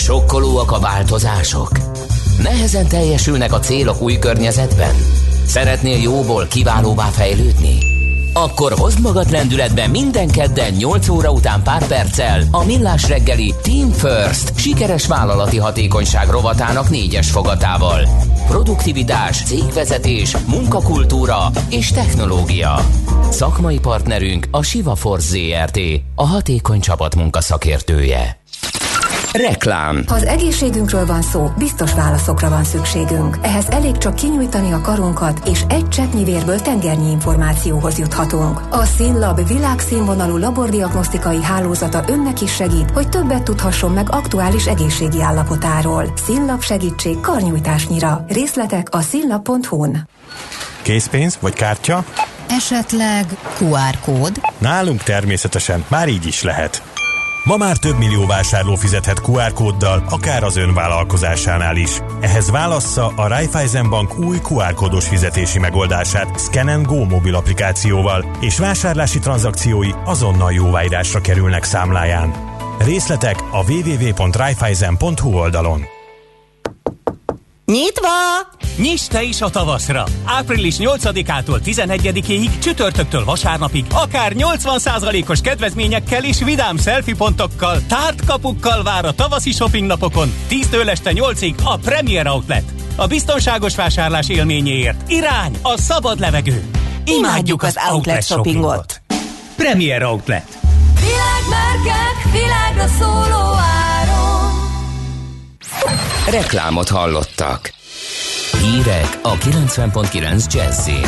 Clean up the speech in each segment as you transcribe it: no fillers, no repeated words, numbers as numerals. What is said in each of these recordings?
Sokkolóak a változások? Nehezen teljesülnek a célok új környezetben? Szeretnél jóból kiválóvá fejlődni? Akkor hozd magad lendületbe minden kedden 8 óra után pár perccel a Millás reggeli Team First sikeres vállalati hatékonyság rovatának 4-es fogatával. Produktivitás, cégvezetés, munkakultúra és technológia. Szakmai partnerünk a Siva Force Zrt., a hatékony csapatmunka szakértője. Reklám. Ha az egészségünkről van szó, biztos válaszokra van szükségünk. Ehhez elég csak kinyújtani a karunkat, és egy cseppnyi vérből tengernyi információhoz juthatunk. A SYNLAB világszínvonalú labordiagnosztikai hálózata önnek is segít, hogy többet tudhasson meg aktuális egészségi állapotáról. SYNLAB segítség karnyújtásnyira. Részletek a synlab.hu-n. Készpénz vagy kártya? Esetleg QR kód? Nálunk természetesen, már így is lehet. Ma már több millió vásárló fizethet QR kóddal, akár az ön vállalkozásánál is. Ehhez válassza a Raiffeisen Bank új QR kódos fizetési megoldását Scan & Go mobil applikációval, és vásárlási tranzakciói azonnal jóváírásra kerülnek számláján. Részletek a www.raiffeisen.hu oldalon. Nyitva! Nyiss te is a tavaszra! Április 8-ától 11-ig, csütörtöktől vasárnapig, akár 80%-os kedvezményekkel és vidám selfie-pontokkal, tártkapukkal vár a tavaszi shoppingnapokon 10-től este 8-ig a Premier Outlet. A biztonságos vásárlás élményéért irány a szabad levegő. Imádjuk az outlet shoppingot! Premier Outlet. Világmárkák, világra szóló áron. Reklámot hallottak. Hírek a 90.9 Jazzin.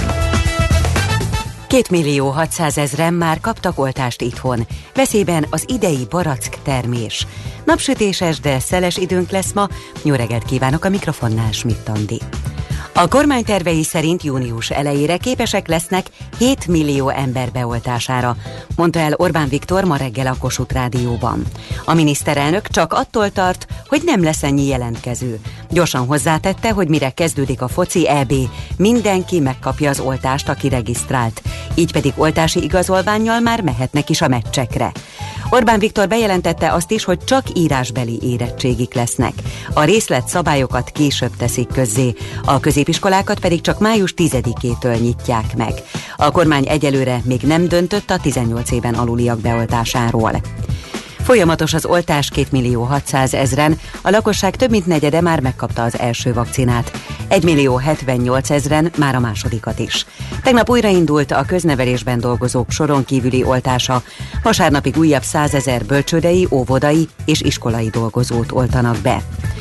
2.600.000-en már kaptak oltást itthon. Veszélyben az idei barack termés. Napsütéses, de szeles időnk lesz ma. Jó reggelt kívánok, a mikrofonnál Schmidt Andi. A kormány tervei szerint június elejére képesek lesznek 7 millió ember beoltására, mondta el Orbán Viktor ma reggel a Kossuth Rádióban. A miniszterelnök csak attól tart, hogy nem lesz ennyi jelentkező. Gyorsan hozzátette, hogy mire kezdődik a foci EB, mindenki megkapja az oltást, aki regisztrált. Így pedig oltási igazolvánnyal már mehetnek is a meccsekre. Orbán Viktor bejelentette azt is, hogy csak írásbeli érettségik lesznek. A részletszabályokat később teszik közzé, a középiskolákat pedig csak május 10-től nyitják meg. A kormány egyelőre még nem döntött a 18 éven aluliak beoltásáról. Folyamatos az oltás, 2.600.000-en, a lakosság több mint negyede már megkapta az első vakcinát. 1.078.000-en már a másodikat is. Tegnap újraindult a köznevelésben dolgozók soron kívüli oltása. Vasárnapig újabb 100.000 bölcsődei, óvodai és iskolai dolgozót oltanak be.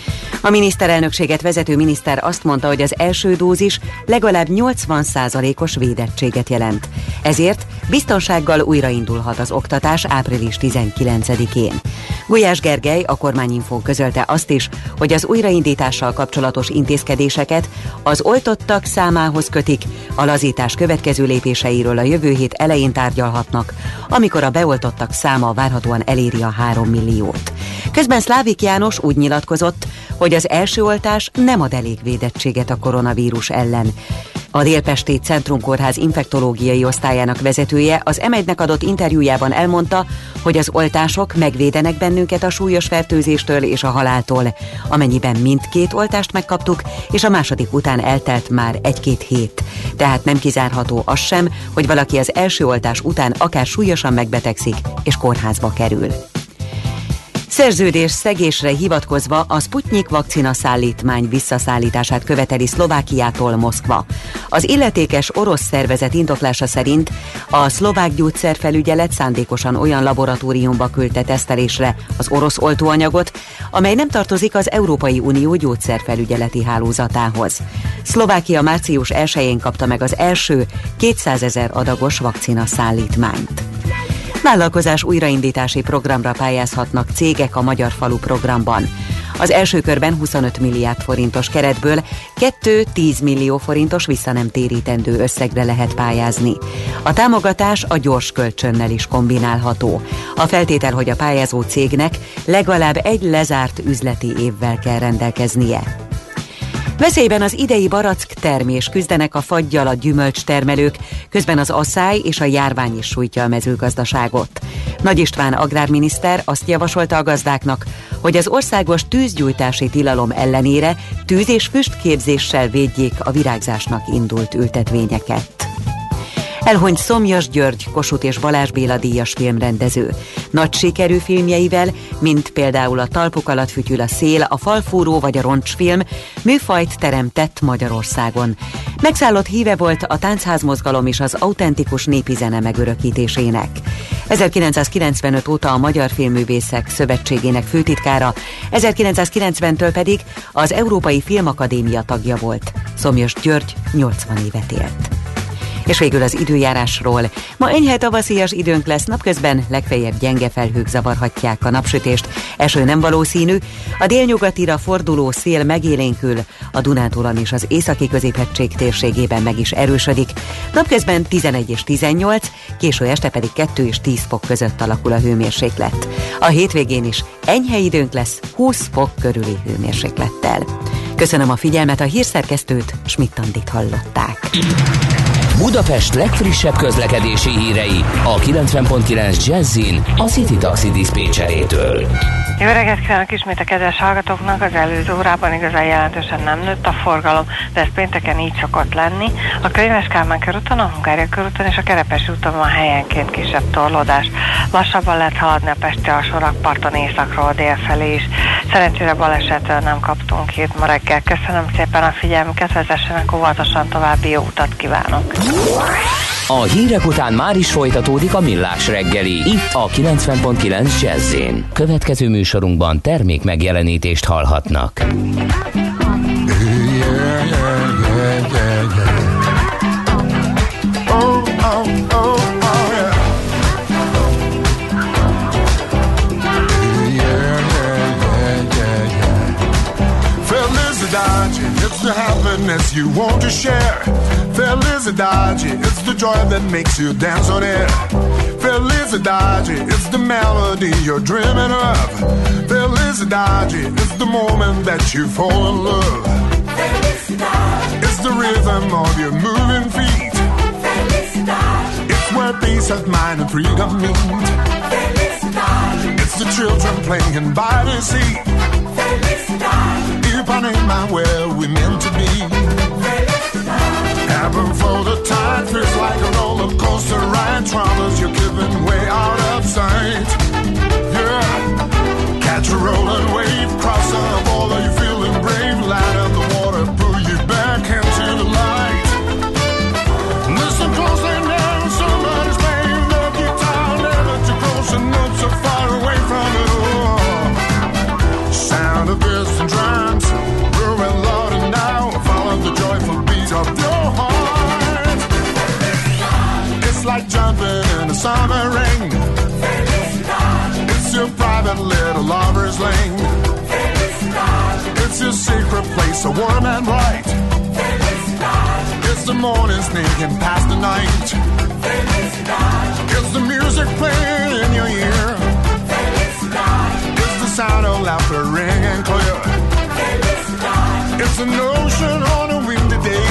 A miniszterelnökséget vezető miniszter azt mondta, hogy az első dózis legalább 80%-os védettséget jelent. Ezért biztonsággal újraindulhat az oktatás április 19-én. Gulyás Gergely, a Kormányinfón közölte azt is, hogy az újraindítással kapcsolatos intézkedéseket az oltottak számához kötik, a lazítás következő lépéseiről a jövő hét elején tárgyalhatnak, amikor a beoltottak száma várhatóan eléri a 3 milliót. Közben Szlávik János úgy nyilatkozott, hogy az első oltás nem ad elég védettséget a koronavírus ellen. A Délpesti Centrumkórház infektológiai osztályának vezetője az M1-nek adott interjújában elmondta, hogy az oltások megvédenek bennünket a súlyos fertőzéstől és a haláltól, amennyiben mindkét oltást megkaptuk, és a második után eltelt már 1-2 hét. Tehát nem kizárható az sem, hogy valaki az első oltás után akár súlyosan megbetegszik és kórházba kerül. Szerződés szegésre hivatkozva a Sputnik vakcina szállítmány visszaszállítását követeli Szlovákiától Moszkva. Az illetékes orosz szervezet indoklása szerint a szlovák gyógyszerfelügyelet szándékosan olyan laboratóriumba küldte tesztelésre az orosz oltóanyagot, amely nem tartozik az Európai Unió gyógyszerfelügyeleti hálózatához. Szlovákia március 1-én kapta meg az első 200.000 adagos vakcina szállítmányt. Vállalkozás újraindítási programra pályázhatnak cégek a Magyar Falu programban. Az első körben 25 milliárd forintos keretből 2-10 millió forintos visszanemtérítendő összegre lehet pályázni. A támogatás a gyors kölcsönnel is kombinálható. A feltétel, hogy a pályázó cégnek legalább egy lezárt üzleti évvel kell rendelkeznie. Veszélyben az idei barack termés, küzdenek a faggyal a gyümölcstermelők, közben az asszály és a járvány is sújtja a mezőgazdaságot. Nagy István agrárminiszter azt javasolta a gazdáknak, hogy az országos tűzgyújtási tilalom ellenére tűz- és füstképzéssel védjék a virágzásnak indult ültetvényeket. Elhunyt Szomjas György, Kossuth és Balázs Béla díjas filmrendező. Nagy sikerű filmjeivel, mint például a Talpok alatt fütyül a szél, a Falfúró vagy a Roncsfilm műfajt teremtett Magyarországon. Megszállott híve volt a táncházmozgalom és az autentikus népi zene megörökítésének. 1995 óta a Magyar Filmművészek Szövetségének főtitkára, 1990-től pedig az Európai Filmakadémia tagja volt. Szomjas György 80 évet élt. És végül az időjárásról. Ma enyhe tavaszias időnk lesz, napközben legfeljebb gyenge felhők zavarhatják a napsütést, eső nem valószínű, a délnyugatira forduló szél megélénkül, a Dunántúlon és az északi középhegység térségében meg is erősödik. Napközben 11 és 18, késő este pedig 2 és 10 fok között alakul a hőmérséklet. A hétvégén is enyhe időnk lesz 20 fok körüli hőmérséklettel. Köszönöm a figyelmet, a hírszerkesztőt, Schmidt-Andit hallották. Budapest legfrissebb közlekedési hírei a 90.9 Jazzin a City Taxi diszpécserétől. Jó reggelt kívánok ismét a kedves hallgatóknak! Az előző órában igazán jelentősen nem nőtt a forgalom, de ez pénteken így szokott lenni. A Könyves Kálmán körúton, a Hungária körúton és a Kerepesi úton van helyenként kisebb torlódás. Lassabban lehet haladni a pesti alsórakparton északról dél felé is. Szerencsére balesetről nem kaptunk hírt ma reggel. Köszönöm szépen a figyelmüket, vezessenek óvatosan, további jó utat kívánok! A hírek után már is folytatódik a Millás reggeli, itt a 90.9 Jazz-én. Következő műsorunkban termék megjelenítést hallhatnak. It's the happiness you want to share. Felicidade, it's the joy that makes you dance on air. Felicidade, it's the melody you're dreaming of. Felicidade, it's the moment that you fall in love. Felicidade, it's the rhythm of your moving feet. Felicidade, it's where peace of mind and freedom meet. Felicidade, it's the children playing by the sea. Felicidade, Ipanema where we meant to be. Heaven for the tide feels like a roller coaster ride. Troubles you're giving way out of sight. Yeah, catch a rolling wave, cross the border, you're feeling brave. Light up the water, pull you back into the light. Listen closely now, somebody's playing the guitar. Never too close and not so far away from it all. Sound of distant drums, brewing louder now. Follow the joyful beat of your heart. It's like jumping in the summer rain. It's your private little lover's lane. It's your secret place, so warm and bright. It's the morning sneaking past the night. It's the music playing in your ear. It's the sound of laughter ringing clear. It's an ocean on a windy day.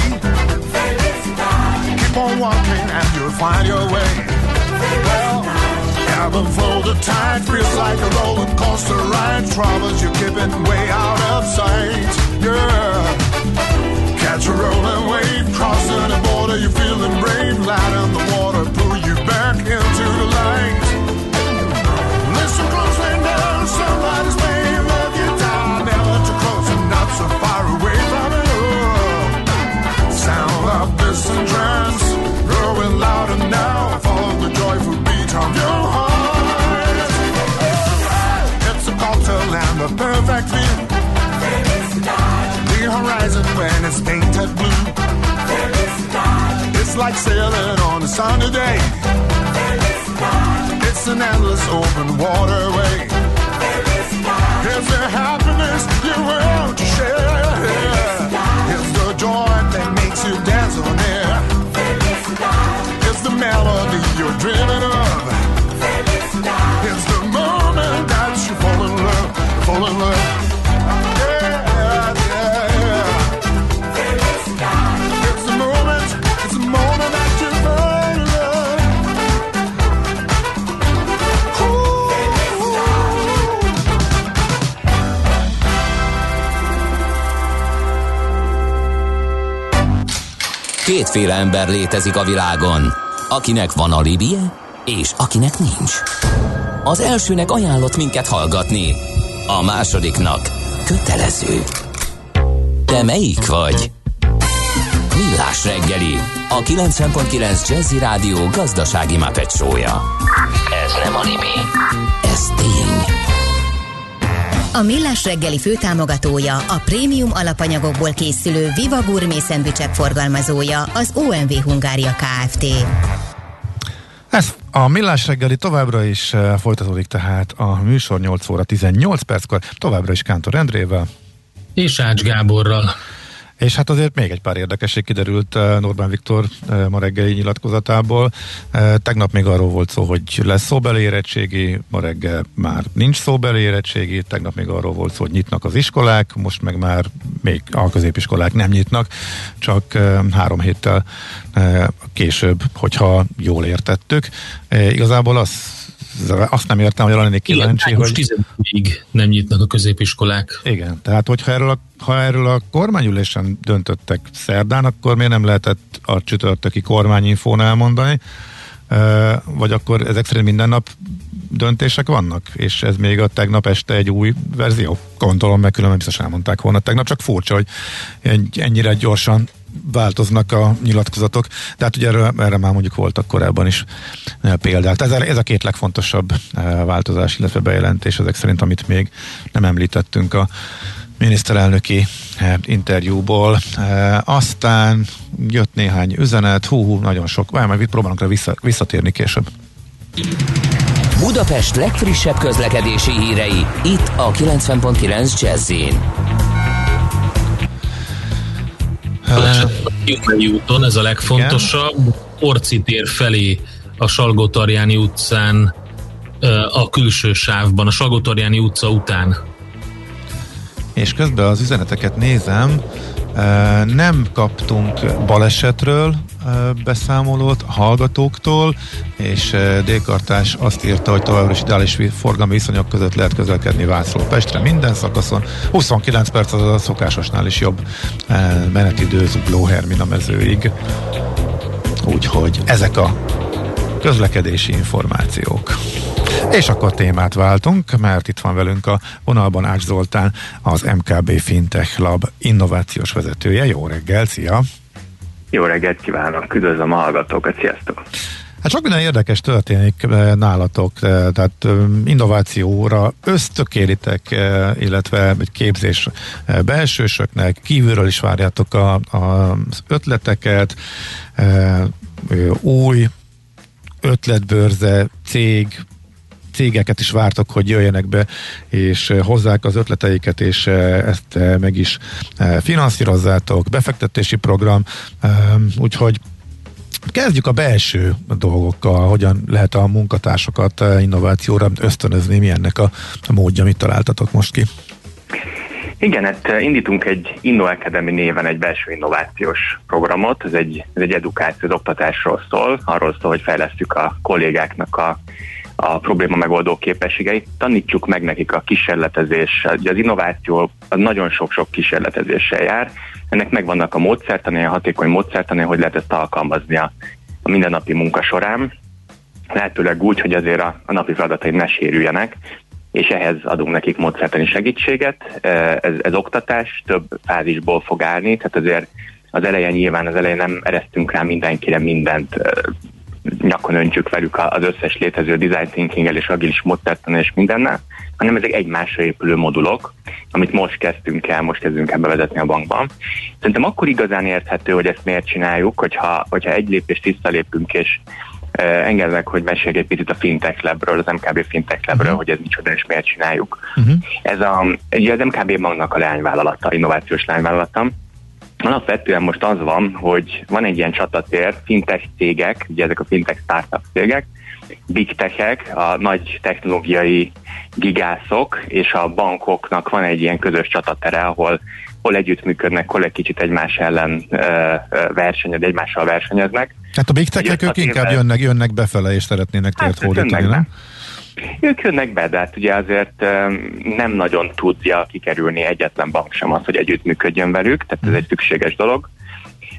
Keep on walking and you'll find your way. Well, heaven for the tide feels like a roller coaster ride. Troubles you're keeping way out of sight. Yeah, catch a rolling wave, crossing the border, you're feeling brave. Light on the water, pull you back into the light. Listen closely now, somebody's playing the guitar. Never too close and not so far away from it all. Sound of distant drums, growing louder now. Follow the joyful beat of your heart. It's a cocktail and a perfect view. The horizon when it's painted blue. It's like sailing on a sunny day. It's an endless open waterway. It's the happiness you want to share. It's the joy that makes you dance on air. It's the melody you're dreaming of. It's the moment that you fall in love. Fall in love. It's the moment that you fall in love. Kétféle ember létezik a világon, akinek van alibije, és akinek nincs. Az elsőnek ajánlott minket hallgatni, a másodiknak kötelező. Te melyik vagy? Millás reggeli, a 90.9 Jazzy Rádió gazdasági Muppet show-ja. Ez nem anime, ez tény. A Millás reggeli főtámogatója, a prémium alapanyagokból készülő Viva Gourmet szendvicsek forgalmazója, az OMV Hungária Kft. Ez a Millás reggeli továbbra is folytatódik, tehát a műsor 8 óra 18 perckor, továbbra is Kántor Endrével. És Ács Gáborral. És hát azért még egy pár érdekesség kiderült Orbán Viktor ma reggeli nyilatkozatából. Tegnap még arról volt szó, hogy lesz szóbeli érettségi, ma reggel már nincs szóbeli érettségi, tegnap még arról volt szó, hogy nyitnak az iskolák, most meg már még a középiskolák nem nyitnak, csak 3 héttel később, hogyha jól értettük. Igazából azt nem értem, hogy lennék kíváncsi, hogy... 15-ig nem nyitnak a középiskolák. Igen, tehát hogyha erről a kormányülésen döntöttek szerdán, akkor miért nem lehetett a csütörtöki kormányinfón elmondani, vagy akkor ezek szerint minden nap döntések vannak, és ez még a tegnap este egy új verzió? Gondolom, meg különben biztos elmondták volna tegnap, csak furcsa, hogy ennyire gyorsan változnak a nyilatkozatok, de hát ugye erre már mondjuk voltak korábban is példák. Ez a 2 legfontosabb változás, illetve bejelentés ezek szerint, amit még nem említettünk a miniszterelnöki interjúból. Aztán jött néhány üzenet, nagyon sok, majd próbálunk rá visszatérni később. Budapest legfrissebb közlekedési hírei, itt a 90.9 Jazz-in. Gyumai úton, ez a legfontosabb. Orci tér felé a Salgótarjáni utcán, a külső sávban, a Salgótarjáni utca után. És közben az üzeneteket nézem, nem kaptunk balesetről beszámolót a hallgatóktól, és D-kartás azt írta, hogy továbbra is ideális forgalmi viszonyok között lehet közlekedni Vácról Pestre minden szakaszon. 29 perc az a szokásosnál is jobb menetidő Zuglóhermina mezőig. Úgyhogy ezek a közlekedési információk. És akkor témát váltunk, mert itt van velünk a vonalban Ács Zoltán, az MKB Fintech Lab innovációs vezetője. Jó reggel, szia! Jó reggelt kívánok, üdvözlöm a hallgatókat, sziasztok! Hát sok minden érdekes történik nálatok, tehát innovációra ösztökélitek, illetve egy képzés belsősöknek, kívülről is várjátok az ötleteket, új ötletbörze, cégeket is vártok, hogy jöjjenek be, és hozzák az ötleteiket, és ezt meg is finanszírozzátok, befektetési program, úgyhogy kezdjük a belső dolgokkal, hogyan lehet a munkatársakat innovációra ösztönözni, mi ennek a módja, mit találtatok most ki? Igen, hát indítunk egy InnoAcademy néven egy belső innovációs programot, ez egy edukáció, az oktatásról szól, arról szól, hogy fejlesztjük a kollégáknak a probléma megoldó képességeit, tanítsuk meg nekik a kísérletezés, az innováció az nagyon sok-sok kísérletezéssel jár, ennek megvannak a módszertani, a hatékony módszertani, hogy lehet ezt alkalmazni a mindennapi munka során, lehetőleg úgy, hogy azért a napi feladatai ne sérüljenek, és ehhez adunk nekik módszertani segítséget. Ez oktatás több fázisból fog állni, tehát azért az elején nem eresztünk rá mindenkire mindent, nyakon öntjük velük az összes létező design thinkinggel és agilis módszertannal és mindennel, hanem ezek egymásra épülő modulok, amit most kezdünk el bevezetni a bankban. Szerintem akkor igazán érthető, hogy ezt miért csináljuk, hogyha egy lépést visszalépünk, és engedd meg, hogy meséljek egy picit a Fintech Labről, az MKB Fintech Labről, hogy ez micsoda és miért csináljuk. Ez az MKB banknak a leányvállalata, innovációs leányvállalata. Alapvetően most az van, hogy van egy ilyen csatatér, fintech cégek, ugye ezek a fintech startup cégek, big techek, a nagy technológiai gigászok, és a bankoknak van egy ilyen közös csatatere, ahol együttműködnek, hol egy kicsit egymás ellen egymással versenyeznek. Hát a big techek ők inkább jönnek befele, és szeretnének tért hódítani, nem? Ők jönnek be, de hát ugye azért nem nagyon tudja kikerülni egyetlen bank sem az, hogy együttműködjön velük, tehát ez egy szükséges dolog.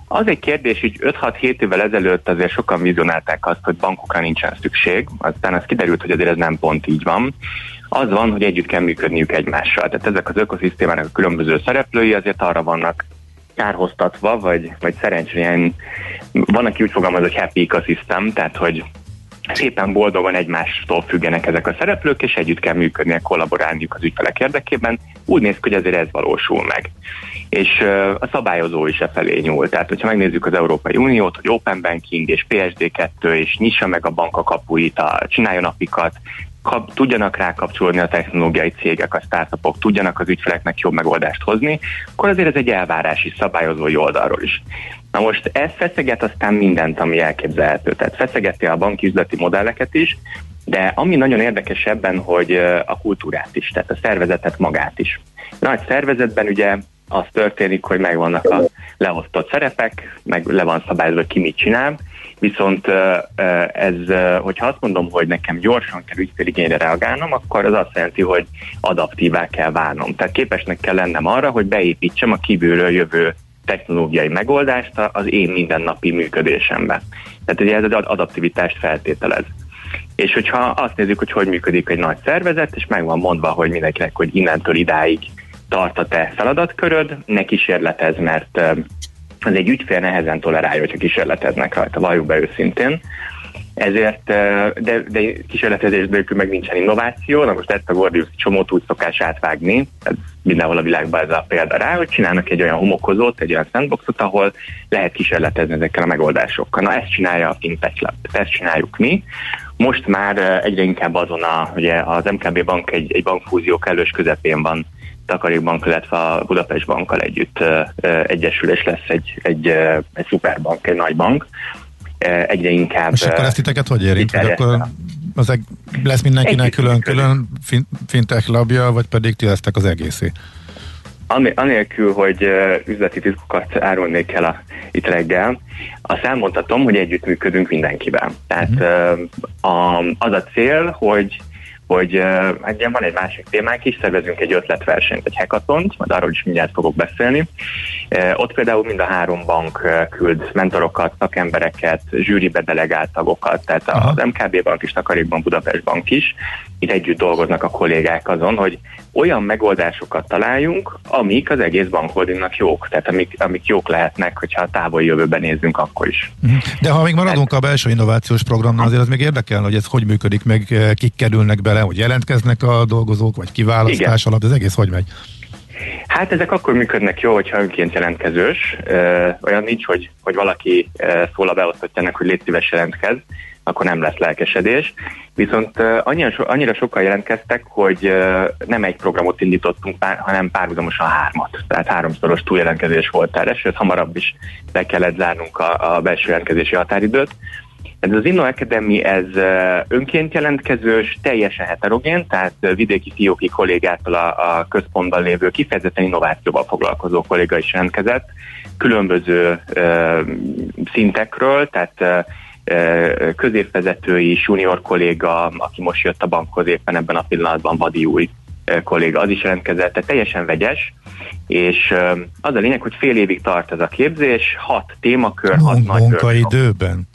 Az egy kérdés, így 5-6-7 évvel ezelőtt azért sokan vizionálták azt, hogy bankokra nincsen szükség, aztán az kiderült, hogy azért ez nem pont így van. Az van, hogy együtt kell működniük egymással. Tehát ezek az ökoszisztémának a különböző szereplői azért arra vannak kárhoztatva, vagy szerencsén van, aki úgy fogalmaz, hogy happy ecosystem, tehát hogy szépen boldogan egymástól függenek ezek a szereplők, és együtt kell működnie, kollaborálniuk az ügyfelek érdekében. Úgy néz ki, hogy azért ez valósul meg. És a szabályozó is e felé nyúl. Tehát, hogyha megnézzük az Európai Uniót, hogy Open Banking és PSD2, és nyissa meg a bank a kapuit, csináljon apikat, tudjanak rákapcsolódni a technológiai cégek, a startupok, tudjanak az ügyfeleknek jobb megoldást hozni, akkor azért ez egy elvárás is szabályozói oldalról is. Na most ez feszeget aztán mindent, ami elképzelhető. Tehát feszegeti a banki üzleti modelleket is, de ami nagyon érdekes ebben, hogy a kultúrát is, tehát a szervezetet magát is. Nagy szervezetben ugye az történik, hogy megvannak a leosztott szerepek, meg le van szabályozva, hogy ki mit csinál, viszont ez, hogyha azt mondom, hogy nekem gyorsan kell ügyféligényre reagálnom, akkor az azt jelenti, hogy adaptívá kell válnom. Tehát képesnek kell lennem arra, hogy beépítsem a kívülről jövő technológiai megoldást az én mindennapi működésembe. Tehát ugye ez az adaptivitást feltételez. És hogyha azt nézzük, hogy működik egy nagy szervezet, és meg van mondva, hogy mindenkinek, hogy innentől idáig tart a te feladatköröd, ne kísérletez, mert az egy ügyfél nehezen tolerálja, hogyha kísérleteznek rajta, valljuk be őszintén. Ezért, de kísérletezés nélkül meg nincsen innováció, na most ezt a Gordius csomót úgy szokás átvágni, ez mindenhol a világban ez a példa rá, hogy csinálnak egy olyan homokozót, egy olyan sandboxot, ahol lehet kísérletezni ezekkel a megoldásokkal. Na ezt csinálja a Fintech Lab, ezt csináljuk mi. Most már egyre inkább azon ugye az MKB bank egy bankfúzió kellős közepén van, Takarékbank, illetve a Budapest bankkal együtt egyesülés lesz egy szuperbank, egy nagy bank. Egyre inkább... És akkor ezt titeket hogy érint? Hogy akkor lesz mindenkinek külön Fintech labja, vagy pedig ti lesztek az egészé? Anélkül, hogy üzleti titkokat árulnék el itt reggel, azt elmondhatom, hogy együttműködünk mindenkivel. Tehát az a cél, hogy van egy másik témánk is, szervezünk egy ötletversenyt, egy hackathont, majd arról is mindjárt fogok beszélni. Ott például mind a 3 bank küld mentorokat, szakembereket, zsűribe delegált tagokat, tehát az MKB bank is, Takarékbank, Budapest bank is. Itt együtt dolgoznak a kollégák azon, hogy olyan megoldásokat találjunk, amik az egész bankholdingnak jók, tehát amik jók lehetnek, hogyha a távoli jövőben nézzünk, akkor is. De ha még maradunk a belső innovációs programnál, azért az még érdekel, hogy ez hogy működik, meg kik kerülnek bele, hogy jelentkeznek a dolgozók, vagy kiválasztás alatt, az egész hogy megy? Hát ezek akkor működnek jó, hogyha önként jelentkezős. Olyan nincs, hogy valaki szól a beosztottjának, hogy légy szíves jelentkezz, akkor nem lesz lelkesedés. Viszont annyira sokan jelentkeztek, hogy nem egy programot indítottunk, hanem párhuzamosan 3-at. Tehát 3-szoros túljelentkezés volt erre, sőt hamarabb is be kellett zárnunk a belső jelentkezési határidőt. Ez az Inno Academy, ez önként jelentkezős, teljesen heterogén, tehát vidéki fióki kollégától a központban lévő kifejezetten innovációval foglalkozó kolléga is jelentkezett, különböző szintekről, tehát középvezetői, junior kolléga, aki most jött a bankhoz éppen ebben a pillanatban, vadi új kolléga, az is jelentkezett, tehát teljesen vegyes, és az a lényeg, hogy fél évig tart ez a képzés, 6 témakör, 6 nagy munkaidőben?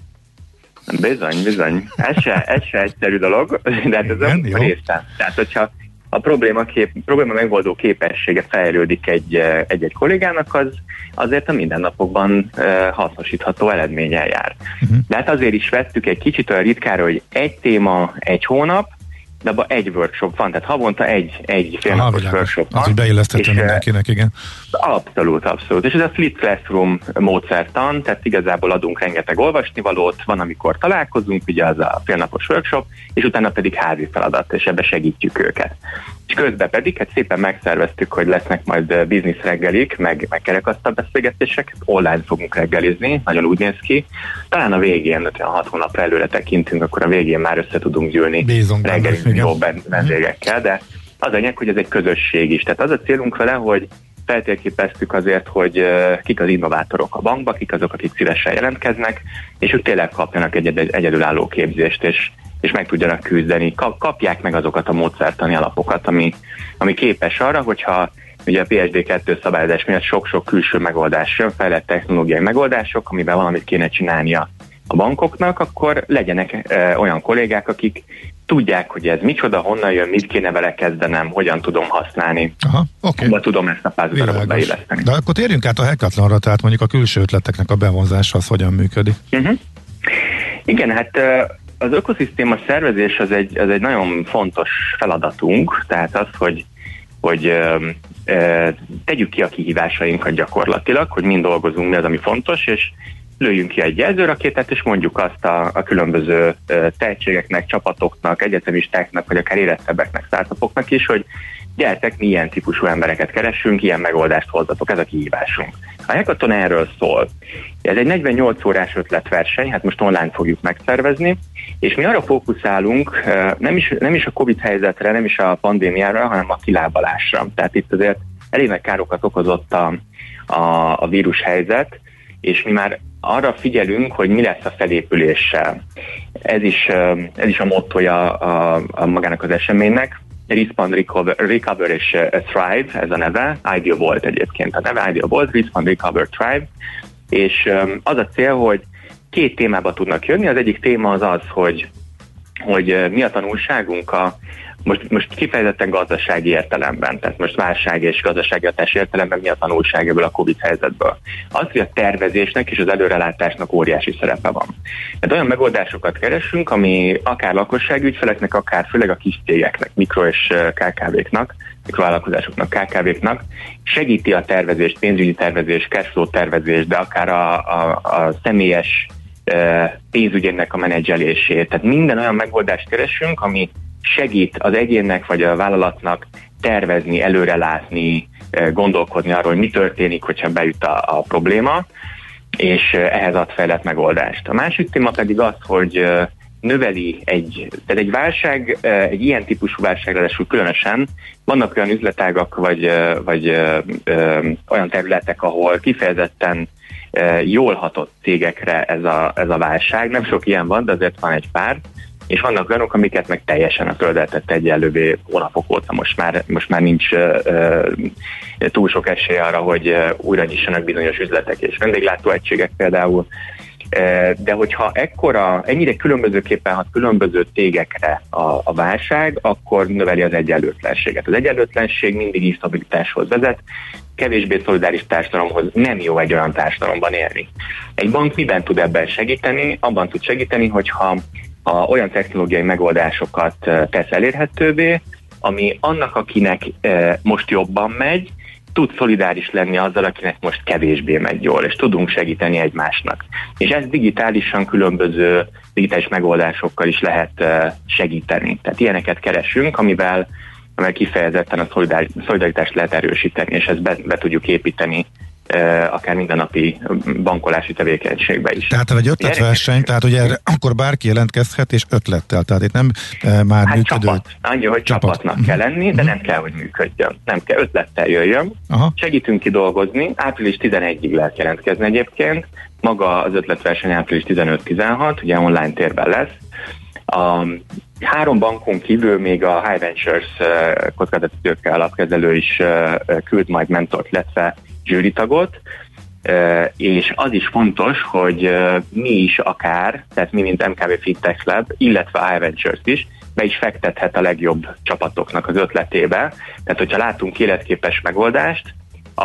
Bizony. Ez se egyszerű dolog, de hát ez a részen. Tehát, hogyha a probléma megoldó képessége fejlődik egy kollégának, az azért a mindennapokban hasznosítható eredménnyel jár. De hát azért is vettük egy kicsit olyan ritkára, hogy egy téma, egy hónap, de abban egy workshop van, tehát havonta egy félnapos workshop van. Az, hogy beillesztettem mindenkinek, igen. Abszolút. És ez a Split Classroom módszertan, tehát igazából adunk rengeteg olvasnivalót, van, amikor találkozunk, ugye az a félnapos workshop, és utána pedig házi feladat, és ebbe segítjük őket. És közben pedig hát szépen megszerveztük, hogy lesznek majd business reggelik, meg kerekasztal beszélgetések, online fogunk reggelizni, nagyon úgy néz ki. Talán a végén, 6 hónapra előre tekintünk, akkor a végén már össze tudunk gyűlni reggelizni jó vendégekkel, de az a lényeg, hogy ez egy közösség is. Tehát az a célunk vele, hogy feltérképeztük azért, hogy kik az innovátorok a bankba, kik azok, akik szívesen jelentkeznek, és ők tényleg kapjanak egy egyedülálló képzést, és meg tudjanak küzdeni, kapják meg azokat a módszertani alapokat, ami képes arra, hogyha ugye a PSD2 szabályozás miatt sok-sok külső megoldás jön, fejlett technológiai megoldások, amiben valamit kéne csinálnia a bankoknak, akkor legyenek olyan kollégák, akik tudják, hogy ez micsoda, honnan jön, mit kéne vele kezdenem, hogyan tudom használni. Aha, oké. Hova tudom ezt a párhuzamot beilleszteni. De akkor térjünk át a hackathonra, tehát mondjuk a külső ötleteknek a bevonzása az hogyan működik? Igen, hát az ökoszisztéma szervezés az egy nagyon fontos feladatunk, tehát az, hogy tegyük ki a kihívásainkat gyakorlatilag, hogy mind dolgozunk, mi az, ami fontos, és lőjünk ki egy jelzőrakétát, és mondjuk azt a különböző tehetségeknek, csapatoknak, egyetemistáknak, vagy akár érettebbeknek, startupoknak is, hogy gyertek, mi ilyen típusú embereket keresünk, ilyen megoldást hozzatok, ez a kihívásunk. A hackathon erről szól. Ez egy 48 órás ötletverseny, hát most online fogjuk megszervezni, és mi arra fókuszálunk, nem is a Covid helyzetre, nem is a pandémiára, hanem a kilábalásra. Tehát itt azért elég nagy károkat okozott a vírus helyzet, és mi már arra figyelünk, hogy mi lesz a felépüléssel. Ez is a mottoja a magának az eseménynek. Respond, Recover és Thrive, ez a neve. Idea volt egyébként. A neve Idea volt, Respond, Recover, Thrive. És az a cél, hogy 2 témába tudnak jönni. Az egyik téma az az, hogy mi a tanulságunk most kifejezetten gazdasági értelemben, tehát most válság és gazdasági hatás értelemben mi a tanulság ebből a Covid helyzetből. Az, hogy a tervezésnek és az előrelátásnak óriási szerepe van. Tehát olyan megoldásokat keresünk, ami akár lakossági ügyfeleknek, akár főleg a kis cégeknek, mikro- és KKV-knak, mikrovállalkozásoknak, KKV-knak segíti a tervezést, pénzügyi tervezést, cashflow tervezést, de akár a személyes pénzügyének a menedzselését. Tehát minden olyan megoldást keresünk, ami segít az egyénnek vagy a vállalatnak tervezni, előrelátni, gondolkodni arról, hogy mi történik, hogyha bejut a probléma, és ehhez ad fejlett megoldást. A másik téma pedig az, hogy növeli egy válság, egy ilyen típusú válság, ráadásul különösen vannak olyan üzletágak, vagy olyan területek, ahol kifejezetten jól hatott cégekre ez a válság. Nem sok ilyen van, de azért van egy pár. És vannak olyanok, amiket meg teljesen a földet egyelővé hónapok óta. Most már nincs túl sok esély arra, hogy újra nyissanak bizonyos üzletek és vendéglátóegységek például. De hogyha ennyire különbözőképpen hat különböző cégekre a válság, akkor növeli az egyenlőtlenséget. Az egyenlőtlenség mindig instabilitáshoz vezet, kevésbé szolidáris társadalomhoz nem jó egy olyan társadalomban élni. Egy bank miben tud ebben segíteni? Abban tud segíteni, hogyha olyan technológiai megoldásokat tesz elérhetővé, ami annak, akinek most jobban megy, tud szolidáris lenni azzal, akinek most kevésbé megy jól, és tudunk segíteni egymásnak. És ezt digitálisan különböző digitális megoldásokkal is lehet segíteni. Tehát ilyeneket keresünk, amivel kifejezetten a szolidaritást lehet erősíteni, és ezt be tudjuk építeni akár mindennapi bankolási tevékenységbe is. Tehát egy ötletverseny, tehát ugye akkor bárki jelentkezhet és ötlettel, tehát itt nem már működő... Csapat. Annyi, hogy csapatnak kell lenni, de nem kell, hogy működjön. Nem kell, ötlettel jöjjön. Aha. Segítünk kidolgozni, április 11-ig lehet jelentkezni egyébként, maga az ötletverseny április 15-16, ugye online térben lesz. A 3 bankon kívül még a High Ventures kockázatítőkkel alapkezelő is küld majd mentort, illetve zsűritagot, és az is fontos, hogy mi is akár, tehát mi mint MKB Fintech Lab, illetve a High Ventures be is fektethet a legjobb csapatoknak az ötletébe. Tehát, hogyha látunk életképes megoldást,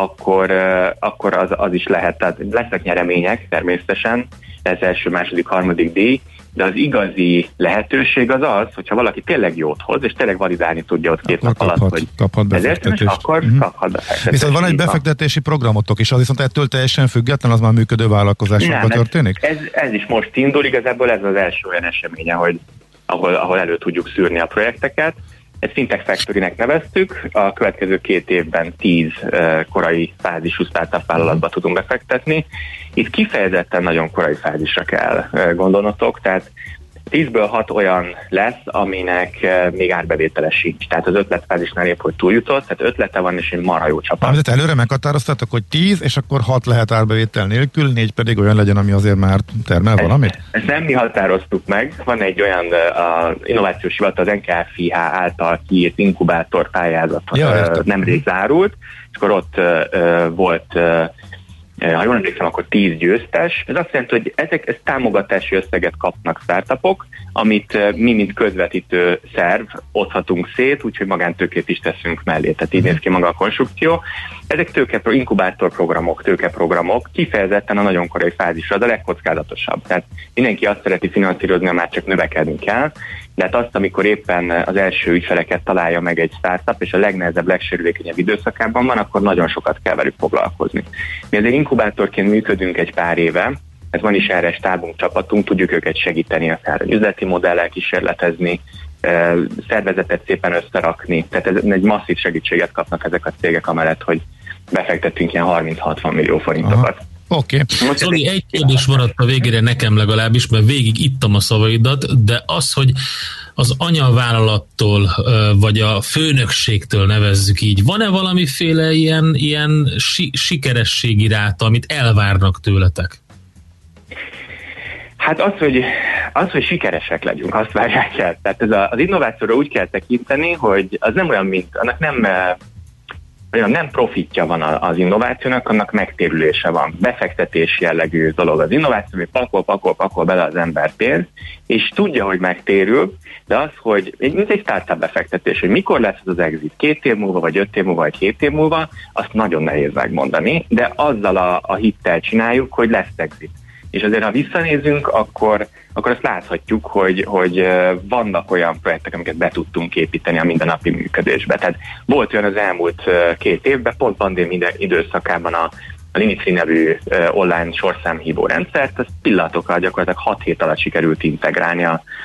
akkor az is lehet. Tehát lesznek nyeremények természetesen, ez első, második, harmadik díj, de az igazi lehetőség az az, hogyha valaki tényleg jót hoz, és tényleg validálni tudja ott 2 nap alatt, hogy ezért, akkor kaphat befektetést. Viszont van egy befektetési programotok is, az viszont ettől teljesen független, az már működő vállalkozásokban történik? Ez is most indul, igazából ez az első olyan eseménye, ahol elő tudjuk szűrni a projekteket. Ezt Fintech Factory-nek neveztük, a következő 2 évben 10 korai fázisú startup vállalatba tudunk befektetni. Itt kifejezetten nagyon korai fázisra kell gondolnotok, tehát 10-ből 6 olyan lesz, aminek még árbevétele sincs. Tehát az ötletfázisnál épp, hogy túljutott, tehát ötlete van, és egy marha jó csapat. Tehát előre meghatároztatok, hogy 10, és akkor 6 lehet árbevétel nélkül, 4 pedig olyan legyen, ami azért már termel valamit? Ezt nem mi határoztuk meg. Van egy olyan innovációs hivatal, az NKFIH által kiírt inkubátor pályázat nemrég zárult, és akkor ott volt, ha jól emlékszem, akkor 10 győztes. Ez azt jelenti, hogy ezek támogatási összeget kapnak startupok, amit mi, mint közvetítő szerv oszthatunk szét, úgyhogy magántőkét is teszünk mellé. Tehát így néz ki maga a konstrukció. Ezek inkubátorprogramok, tőkeprogramok, kifejezetten a nagyon korai fázisra, az a legkockázatosabb. Tehát mindenki azt szereti finanszírozni, ha már csak növekedni kell, de hát azt, amikor éppen az első ügyfeleket találja meg egy startup, és a legnehezebb, legsérülékenyebb időszakában van, akkor nagyon sokat kell velük foglalkozni. Mi azért inkubátorként működünk egy pár éve, ez van is erre stábunk, csapatunk, tudjuk őket segíteni, akár üzleti modellel kísérletezni, szervezetet szépen összerakni, tehát ez egy masszív segítséget kapnak ezek a cégek, amellett, hogy befektettünk ilyen 30-60 millió forintokat. Oké. Zoli, egy kérdés maradt a végére nekem legalábbis, mert végig ittam a szavaidat, de az, hogy az anyavállalattól, vagy a főnökségtől nevezzük így, van-e valamiféle ilyen sikerességi ráta, amit elvárnak tőletek? Hát az, hogy sikeresek legyünk, azt várják el. Tehát az innovációra úgy kell tekinteni, hogy az nem olyan, mint, annak nem profitja van az innovációnak, annak megtérülése van. Befektetés jellegű dolog az innováció, hogy pakol bele az ember pénz, és tudja, hogy megtérül, de az, hogy mint egy startup befektetés, hogy mikor lesz az exit, 2 év múlva, vagy 5 év múlva, vagy 7 év múlva, azt nagyon nehéz megmondani, de azzal a hittel csináljuk, hogy lesz exit. És azért, ha visszanézünk, akkor azt láthatjuk, hogy vannak olyan projektek, amiket be tudtunk építeni a mindennapi működésbe. Tehát volt olyan az elmúlt 2 évben, pont pandémia időszakában a Linici nevű online sorszámhívó rendszert, ezt pillanatokkal gyakorlatilag 6 hét alatt sikerült integrálni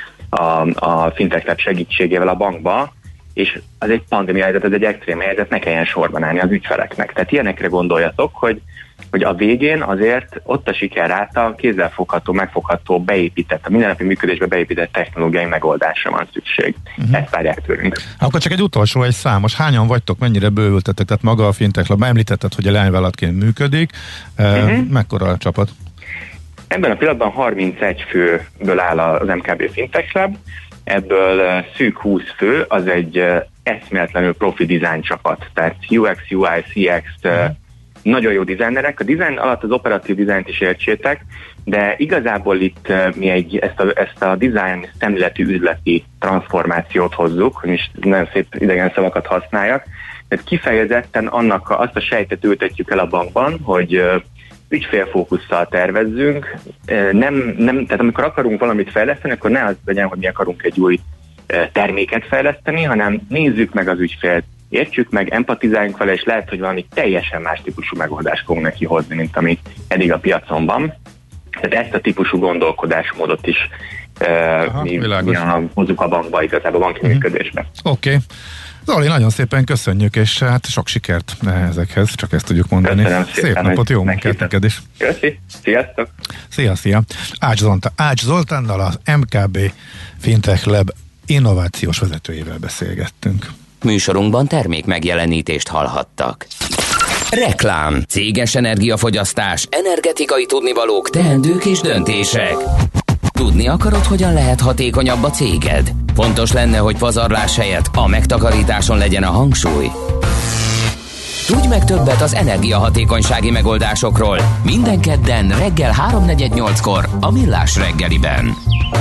a Fintech Lab segítségével a bankba, és az egy pandémia helyzet, ez egy extrém helyzet, ne kelljen sorban állni az ügyfeleknek. Tehát ilyenekre gondoljatok, hogy a végén azért ott a sikerráta kézzelfogható, megfogható, beépített, a mindennapi működésbe beépített technológiai megoldásra van szükség. Ezt várják tőlünk. Akkor csak egy utolsó, egy számos. Hányan vagytok, mennyire bővültetek? Tehát maga a Fintech Lab, említetted, hogy a leányvállalatként működik. Mekkora a csapat? Ebben a pillanatban 31 főből áll az MKB Fintech Lab, ebből szűk 20 fő, az egy eszméletlenül profi design csapat. Tehát UX, UI, CX, nagyon jó designerek. A design alatt az operatív dizájnt is értsétek, de igazából itt mi ezt a design szemléletű üzleti transformációt hozzuk, és nagyon szép idegen szavakat használjak. Tehát kifejezetten azt a sejtet ültetjük el a bankban, hogy ügyfélfókusszal tervezzünk. Tehát amikor akarunk valamit fejleszteni, akkor ne az legyen, hogy mi akarunk egy új terméket fejleszteni, hanem nézzük meg az ügyfélt, értsük meg, empatizáljunk vele, és lehet, hogy valami teljesen más típusú megoldást fogunk neki hozni, mint ami eddig a piacon van. Tehát ezt a típusú gondolkodásmódot is mi hozzuk a bankba, igazából a banki működésbe. Oké. Zoli, nagyon szépen köszönjük, és hát sok sikert ezekhez, csak ezt tudjuk mondani. Köszönöm szép szépen, napot, jó munkát neked is. Köszi, sziasztok! Szia! Ács Zoltánnal, az MKB Fintech Lab innovációs vezetőjével beszélgettünk. Műsorunkban termék megjelenítést hallhattak. Reklám, céges energiafogyasztás, energetikai tudnivalók, teendők és döntések. Tudni akarod, hogyan lehet hatékonyabb a céged? Fontos lenne, hogy pazarlás helyett a megtakarításon legyen a hangsúly. Tudj meg többet az energiahatékonysági megoldásokról minden kedden reggel 3:48-kor a Millás reggeliben.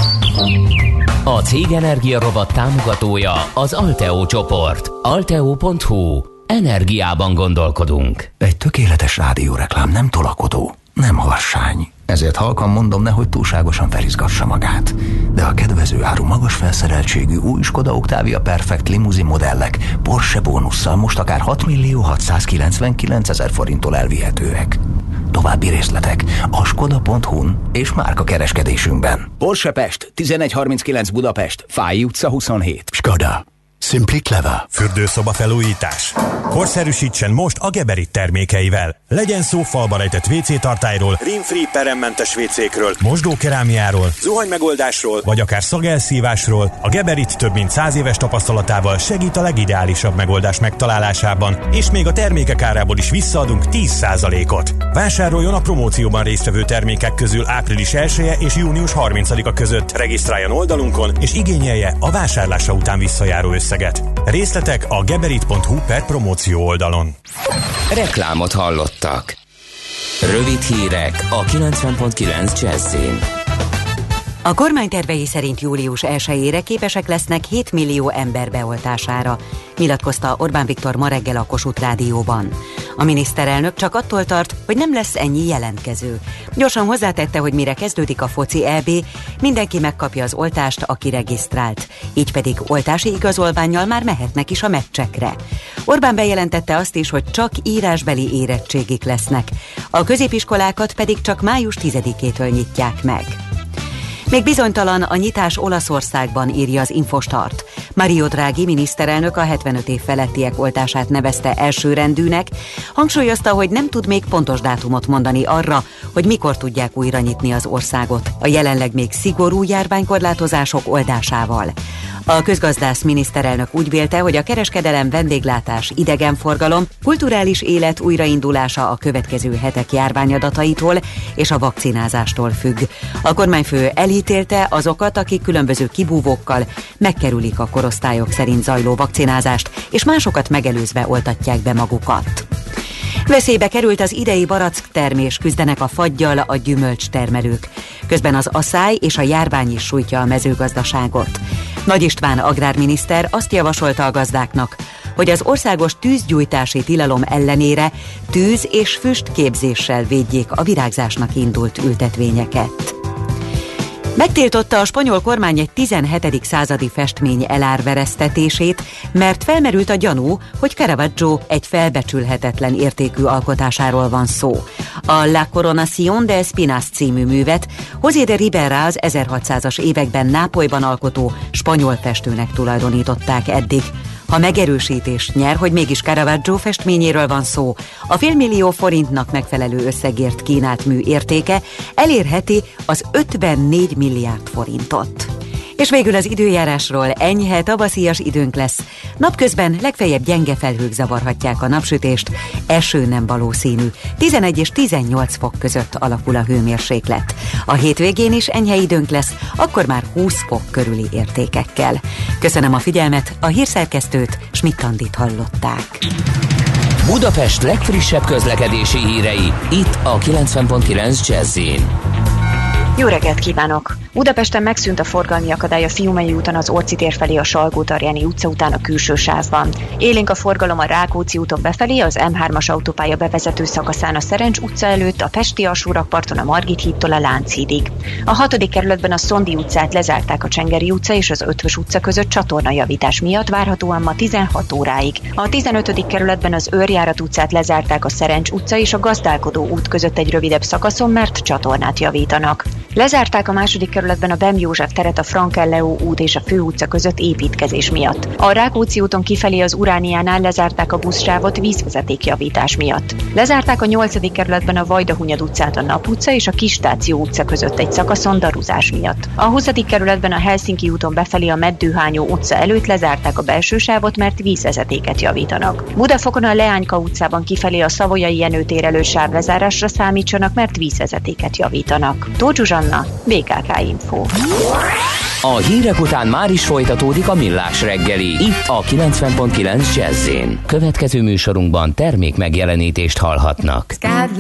A Cég Energia Rovat támogatója az Alteo csoport. Alteo.hu. Energiában gondolkodunk. Egy tökéletes rádióreklám nem tolakodó, nem harsány. Ezért halkan mondom, nehogy túlságosan felizgassa magát. De a kedvező áru magas felszereltségű új Skoda Octavia Perfect limuzin modellek Porsche bónusszal most akár 6.699.000 forinttól elvihetőek. További részletek a skoda.hu-n és márkakereskedésünkben. Porsche Pest, 1139 Budapest, Fáy utca 27. Skoda. Simply clever. Fürdőszoba felújítás. Korszerűsítsen most a Geberit termékeivel. Legyen szó falba rejtett WC tartályról, rímfree peremmentes WC-kről, mosdókerámiáról, zuhanymegoldásról, vagy akár szagelszívásról, a Geberit több mint 100 éves tapasztalatával segít a legideálisabb megoldás megtalálásában, és még a termékek árából is visszaadunk 10%-ot. Vásároljon a promócióban résztvevő termékek közül április 1-e és június 30-a között. Regisztráljon oldalunkon, és igényelje a vásárlása után visszajáró összeget. Részletek a geberit.hu/promóció oldalon. Reklámot hallottak. Rövid hírek a 90.9 Jazz-in. A kormány tervei szerint július 1-ére képesek lesznek 7 millió ember beoltására, nyilatkozta Orbán Viktor ma reggel a Kossuth Rádióban. A miniszterelnök csak attól tart, hogy nem lesz ennyi jelentkező. Gyorsan hozzátette, hogy mire kezdődik a foci EB, mindenki megkapja az oltást, aki regisztrált. Így pedig oltási igazolvánnyal már mehetnek is a meccsekre. Orbán bejelentette azt is, hogy csak írásbeli érettségik lesznek. A középiskolákat pedig csak május 10-től nyitják meg. Még bizonytalan a nyitás Olaszországban, írja az Infostart. Mario Draghi miniszterelnök a 75 év felettiek oltását nevezte elsőrendűnek, hangsúlyozta, hogy nem tud még pontos dátumot mondani arra, hogy mikor tudják újra nyitni az országot, a jelenleg még szigorú járványkorlátozások oldásával. A közgazdász miniszterelnök úgy vélte, hogy a kereskedelem, vendéglátás, idegenforgalom, kulturális élet újraindulása a következő hetek járványadataitól és a vakcinázástól függ. A kormányfő elítélte azokat, akik különböző kibúvókkal megkerülik a korosztályok szerint zajló vakcinázást, és másokat megelőzve oltatják be magukat. Veszélybe került az idei barack termés, küzdenek a faggyal a gyümölcstermelők. Közben az aszály és a járvány is sújtja a mezőgazdaságot. Nagy István agrárminiszter azt javasolta a gazdáknak, hogy az országos tűzgyújtási tilalom ellenére tűz- és füstképzéssel védjék a virágzásnak indult ültetvényeket. Megtiltotta a spanyol kormány egy 17. századi festmény elárveresztetését, mert felmerült a gyanú, hogy Caravaggio egy felbecsülhetetlen értékű alkotásáról van szó. A La Coronación de Espinas című művet José de Ribera az 1600-as években Nápolyban alkotó spanyol festőnek tulajdonították eddig. Ha megerősítést nyer, hogy mégis Caravaggio festményéről van szó, a $500 000 megfelelő összegért kínált mű értéke elérheti az 54 milliárd forintot. És végül az időjárásról: enyhe tavaszias időnk lesz. Napközben legfeljebb gyenge felhők zavarhatják a napsütést, eső nem valószínű. 11 és 18 fok között alakul a hőmérséklet. A hétvégén is enyhe időnk lesz, akkor már 20 fok körüli értékekkel. Köszönöm a figyelmet, a hírszerkesztőt, Schmidt-Andit hallották. Budapest legfrissebb közlekedési hírei, itt a 90.9 Jazz-in. Jó reggelt kívánok! Budapesten megszűnt a forgalmi akadály a Fiumei úton az Orci tér felé a Salgótarjáni utca után a külső sávban. Élénk a forgalom a Rákóczi úton befelé, az M3-as autópálya bevezető szakaszán a Szerencs utca előtt, a Pesti alsórakparton a Margit hídtól a Lánchídig. A 6. kerületben a Szondi utcát lezárták a Csengeri utca és az Ötvös utca között csatornajavítás miatt, várhatóan ma 16 óráig. A 15. kerületben az Őrjárat utcát lezárták a Szerencs utca és a Gazdálkodó út között egy rövidebb szakaszon, mert csatornát javítanak. Lezárták a 2. kerületben a Bem József teret a Frankelleó út és a Főutca között építkezés miatt. A Rákóczi úton kifelé az Urániánál lezárták a buszsávot vízvezetékjavítás miatt. Lezárták a 8. kerületben a Vajdahunyad utcát a Nap utca és a Kistáció utca között egy szakaszon daruzás miatt. A 20. kerületben a Helsinki úton befelé a Meddőhányó utca előtt lezárták a belső sávot, mert vízvezetéket javítanak. Budafokon a Leányka utcában kifelé a Savoyai Jenő tér elől sávlezárásra számítsanak, mert vízvezetéket javítanak. Tóth Zsuzsanna, BKK Info. A hírek után már is folytatódik a Millás reggeli, itt a 90.9 Jazz-én. Következő műsorunkban termék megjelenítést hallhatnak.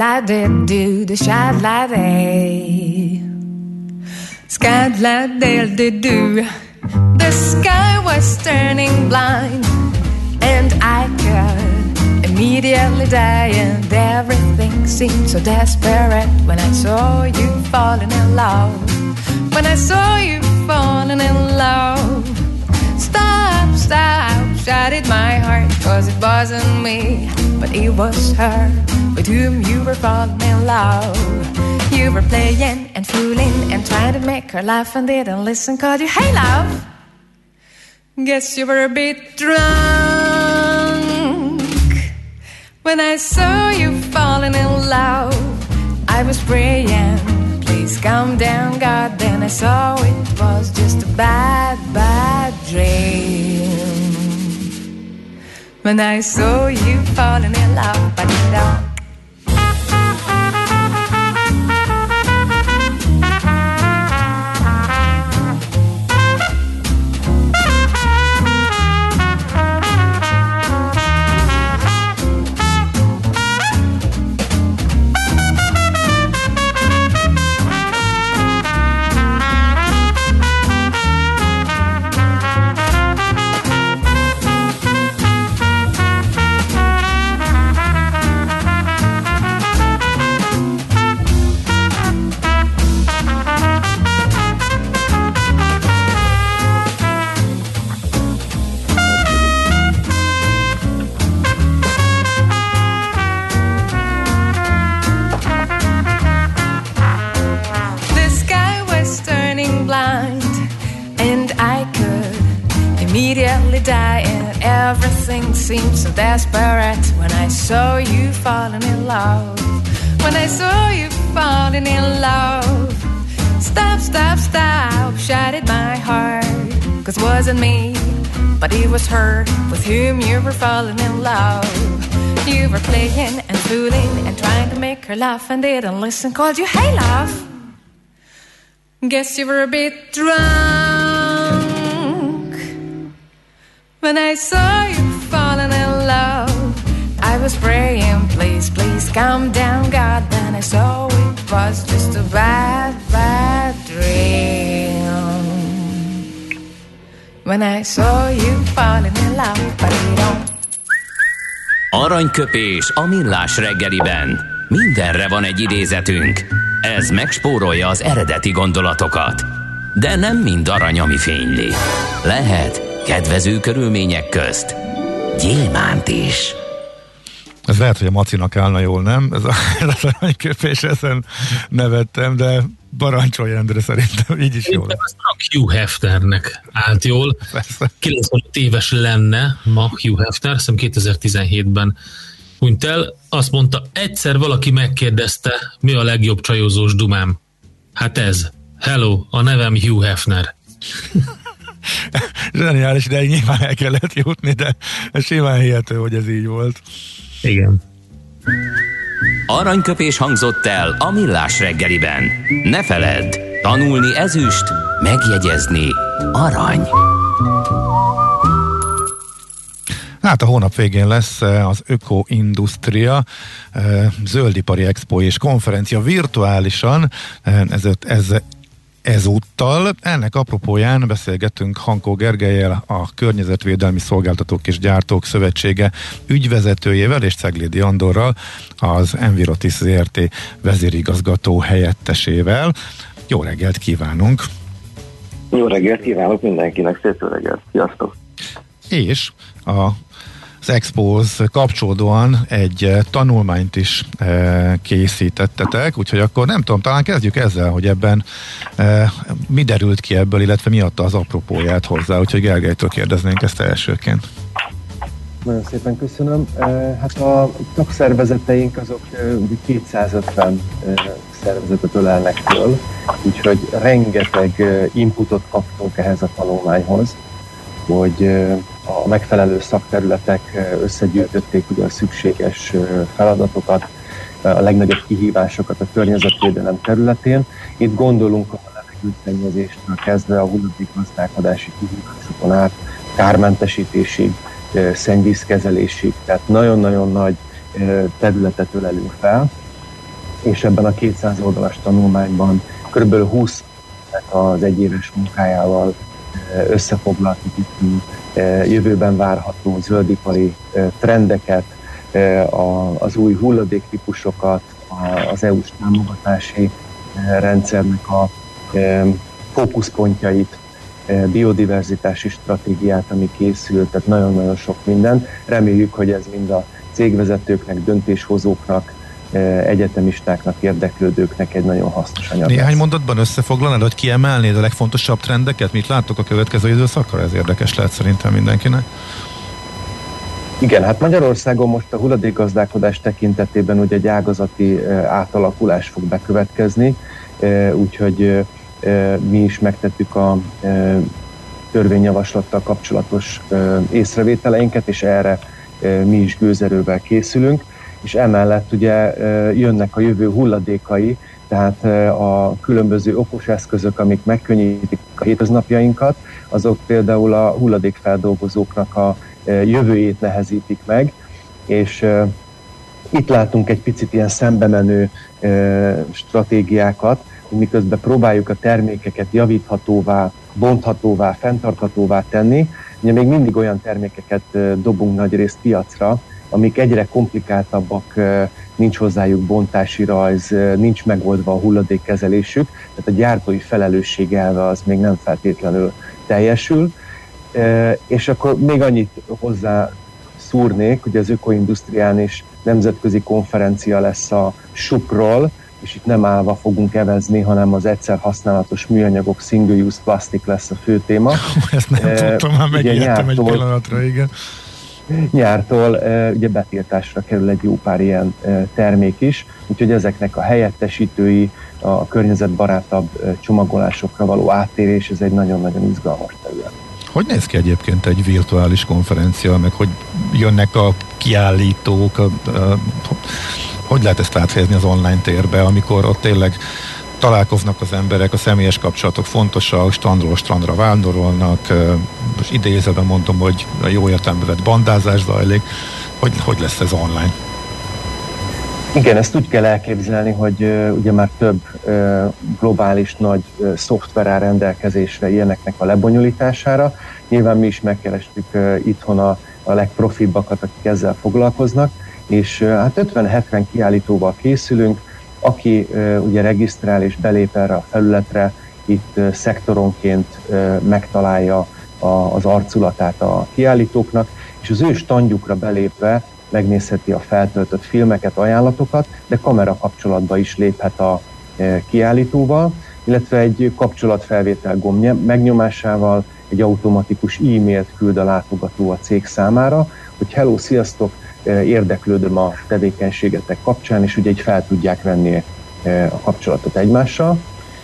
The sky was turning blind, and I could immediately die, and everything seemed so desperate when I saw you falling in love. When I saw you falling in love. Stop, stop, shouted my heart, 'cause it wasn't me, but it was her with whom you were falling in love. You were playing and fooling and trying to make her laugh and didn't listen, called you, hey love. Guess you were a bit drunk when I saw you falling in love. I was praying, please calm down, God. Then I saw it was just a bad, bad dream. When I saw you falling in love, but no. die and everything seemed so desperate when I saw you falling in love. When I saw you falling in love. Stop, stop, stop, shouted my heart. 'Cause it wasn't me, but it was her with whom you were falling in love. You were playing and fooling and trying to make her laugh and didn't listen. Called you, hey love. Guess you were a bit drunk. When I saw you falling in love, I was praying, please, please calm down, God. Then I saw it was just a bad, bad dream. When I saw you falling in love, but you don't. Aranyköpés a millás reggeliben. Mindenre van egy idézetünk. Ez megspórolja az eredeti gondolatokat. De nem mind arany, ami fényli. Lehet kedvező körülmények közt gyémánt is. Ez lehet, hogy a Macinak állna jól, nem? Ez az aranyköpés, ezen nevettem, de parancsolj, Endre, szerintem így is jól. Ez Hugh Hefnernek állt jól. 95 éves lenne ma Hugh Hefner, hiszem 2017-ben hunyt el. Azt mondta, egyszer valaki megkérdezte, mi a legjobb csajozós dumám. Hát ez. Hello, a nevem Hugh Hefner. Zseniális, de nyilván el kellett jutni, de simán hihető, hogy ez így volt. Igen. Aranyköpés hangzott el a millás reggeliben. Ne feledd, tanulni ezüst, megjegyezni arany. Hát a hónap végén lesz az Öko Industria zöldipari expo és konferencia virtuálisan, ezúttal. Ennek apropóján beszélgetünk Hankó Gergellyel, a Környezetvédelmi Szolgáltatók és Gyártók Szövetsége ügyvezetőjével és Ceglédi Andorral, az Envirotis Zrt. Vezérigazgató helyettesével. Jó reggelt kívánunk! Jó reggelt kívánok mindenkinek, szép jó reggelt! Sziasztok! És az Expóhoz kapcsolódóan egy tanulmányt is készítettetek, úgyhogy akkor nem tudom, talán kezdjük ezzel, hogy ebben mi derült ki ebből, illetve mi adta az apropóját hozzá, úgyhogy Gergelytől kérdeznénk ezt elsőként. Nagyon szépen köszönöm. Hát a tagszervezeteink azok 250 szervezetet ölelnek föl, úgyhogy rengeteg inputot kaptunk ehhez a tanulmányhoz, hogy a megfelelő szakterületek összegyűjtötték ugye a szükséges feladatokat, a legnagyobb kihívásokat a környezetvédelem területén. Itt gondolunk a levegőszennyezéstől kezdve a hulladékgazdálkodási kihívásokon át, kármentesítésig, szennyvízkezelésig, tehát nagyon-nagyon nagy területet ölelünk fel, és ebben a 200 oldalas tanulmányban kb. 20 az egyéves munkájával összefoglaltuk jövőben várható zöldipari trendeket, az új hulladéktípusokat, az EU-s támogatási rendszernek a fókuszpontjait, biodiverzitási stratégiát, ami készült, tehát nagyon-nagyon sok minden. Reméljük, hogy ez mind a cégvezetőknek, döntéshozóknak, egyetemistáknak, érdeklődőknek egy nagyon hasznos anyag. Néhány mondatban összefoglalnád, hogy kiemelnéd a legfontosabb trendeket? Mit láttok a következő időszakra? Ez érdekes lehet szerintem mindenkinek. Igen, hát Magyarországon most a hulladékgazdálkodás tekintetében ugye egy ágazati átalakulás fog bekövetkezni, úgyhogy mi is megtettük a törvényjavaslattal kapcsolatos észrevételeinket, és erre mi is gőzerővel készülünk, és emellett ugye jönnek a jövő hulladékai, tehát a különböző okos eszközök, amik megkönnyítik a hétköznapjainkat, azok például a hulladékfeldolgozóknak a jövőjét nehezítik meg, és itt látunk egy picit ilyen szembemenő stratégiákat, hogy miközben próbáljuk a termékeket javíthatóvá, bonthatóvá, fenntarthatóvá tenni, ugye még mindig olyan termékeket dobunk nagyrészt piacra, amik egyre komplikáltabbak, nincs hozzájuk bontási rajz, nincs megoldva a hulladékkezelésük, tehát a gyártói felelősség elve az még nem feltétlenül teljesül. És akkor még annyit hozzá szúrnék, hogy az Ökoindustrián is nemzetközi konferencia lesz a SUP-ról, és itt nem állva fogunk evezni, hanem az egyszer használatos műanyagok, single-use plastic lesz a fő téma. Ezt nem tudtam, már megijedtem egy pillanatra, igen. Nyártól ugye betiltásra kerül egy jó pár ilyen termék is, úgyhogy ezeknek a helyettesítői, a környezetbarátabb csomagolásokra való áttérés, ez egy nagyon-nagyon izgalmas terület. Hogy néz ki egyébként egy virtuális konferencia, meg hogy jönnek a kiállítók, hogy lehet ezt áthelyezni az online térbe, amikor ott tényleg találkoznak az emberek, a személyes kapcsolatok fontosak, strandról strandra vándorolnak, most idézőben mondom, hogy a jó értelemben vett bandázás zajlik, hogy lesz ez online? Igen, ezt úgy kell elképzelni, hogy ugye már több globális nagy szoftver áll rendelkezésre ilyeneknek a lebonyolítására. Nyilván mi is megkerestük itthon a legprofibbakat, akik ezzel foglalkoznak, és hát 50-70 kiállítóval készülünk. Aki ugye regisztrál és belép erre a felületre, itt szektoronként megtalálja az arculatát a kiállítóknak, és az ő standjukra belépve megnézheti a feltöltött filmeket, ajánlatokat, de kamera kapcsolatba is léphet a kiállítóval, illetve egy kapcsolatfelvétel gomb megnyomásával egy automatikus e-mailt küld a látogató a cég számára, hogy hello, sziasztok, érdeklődöm a tevékenységetek kapcsán, és ugye így fel tudják venni a kapcsolatot egymással.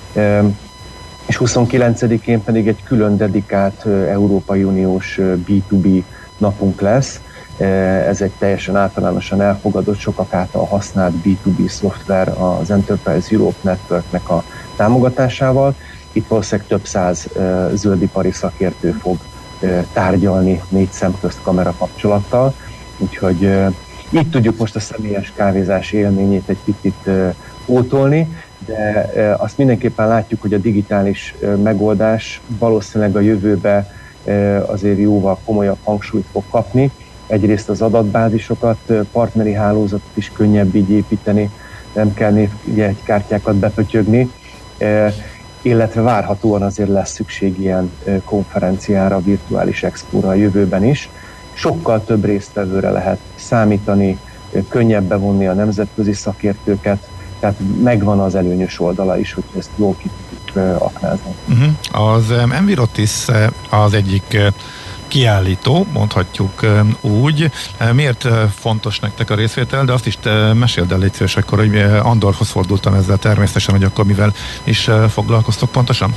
És 29-én pedig egy külön dedikált Európai Uniós B2B napunk lesz. Ez egy teljesen általánosan elfogadott, sokak által használt B2B szoftver az Enterprise Europe Networknek a támogatásával. Itt valószínűleg több száz zöldipari szakértő fog tárgyalni 4 szem közt kamera kapcsolattal. Úgyhogy így tudjuk most a személyes kávézás élményét egy picit pótolni, de azt mindenképpen látjuk, hogy a digitális megoldás valószínűleg a jövőbe azért jóval komolyabb hangsúlyt fog kapni. Egyrészt az adatbázisokat, partneri hálózatot is könnyebb így építeni, nem kell névjegykártyákat bepötyögni, illetve várhatóan azért lesz szükség ilyen konferenciára, virtuális expóra a jövőben is. Sokkal több résztvevőre lehet számítani, könnyebb bevonni a nemzetközi szakértőket, tehát megvan az előnyös oldala is, hogy ezt jól ki tudjuk aknázni. Az Envirotis az egyik kiállító, mondhatjuk úgy. Miért fontos nektek a részvétel, de azt is meséld el, légy szíves, akkor, hogy Andorhoz fordultam ezzel természetesen, hogy akkor mivel is foglalkoztok pontosan?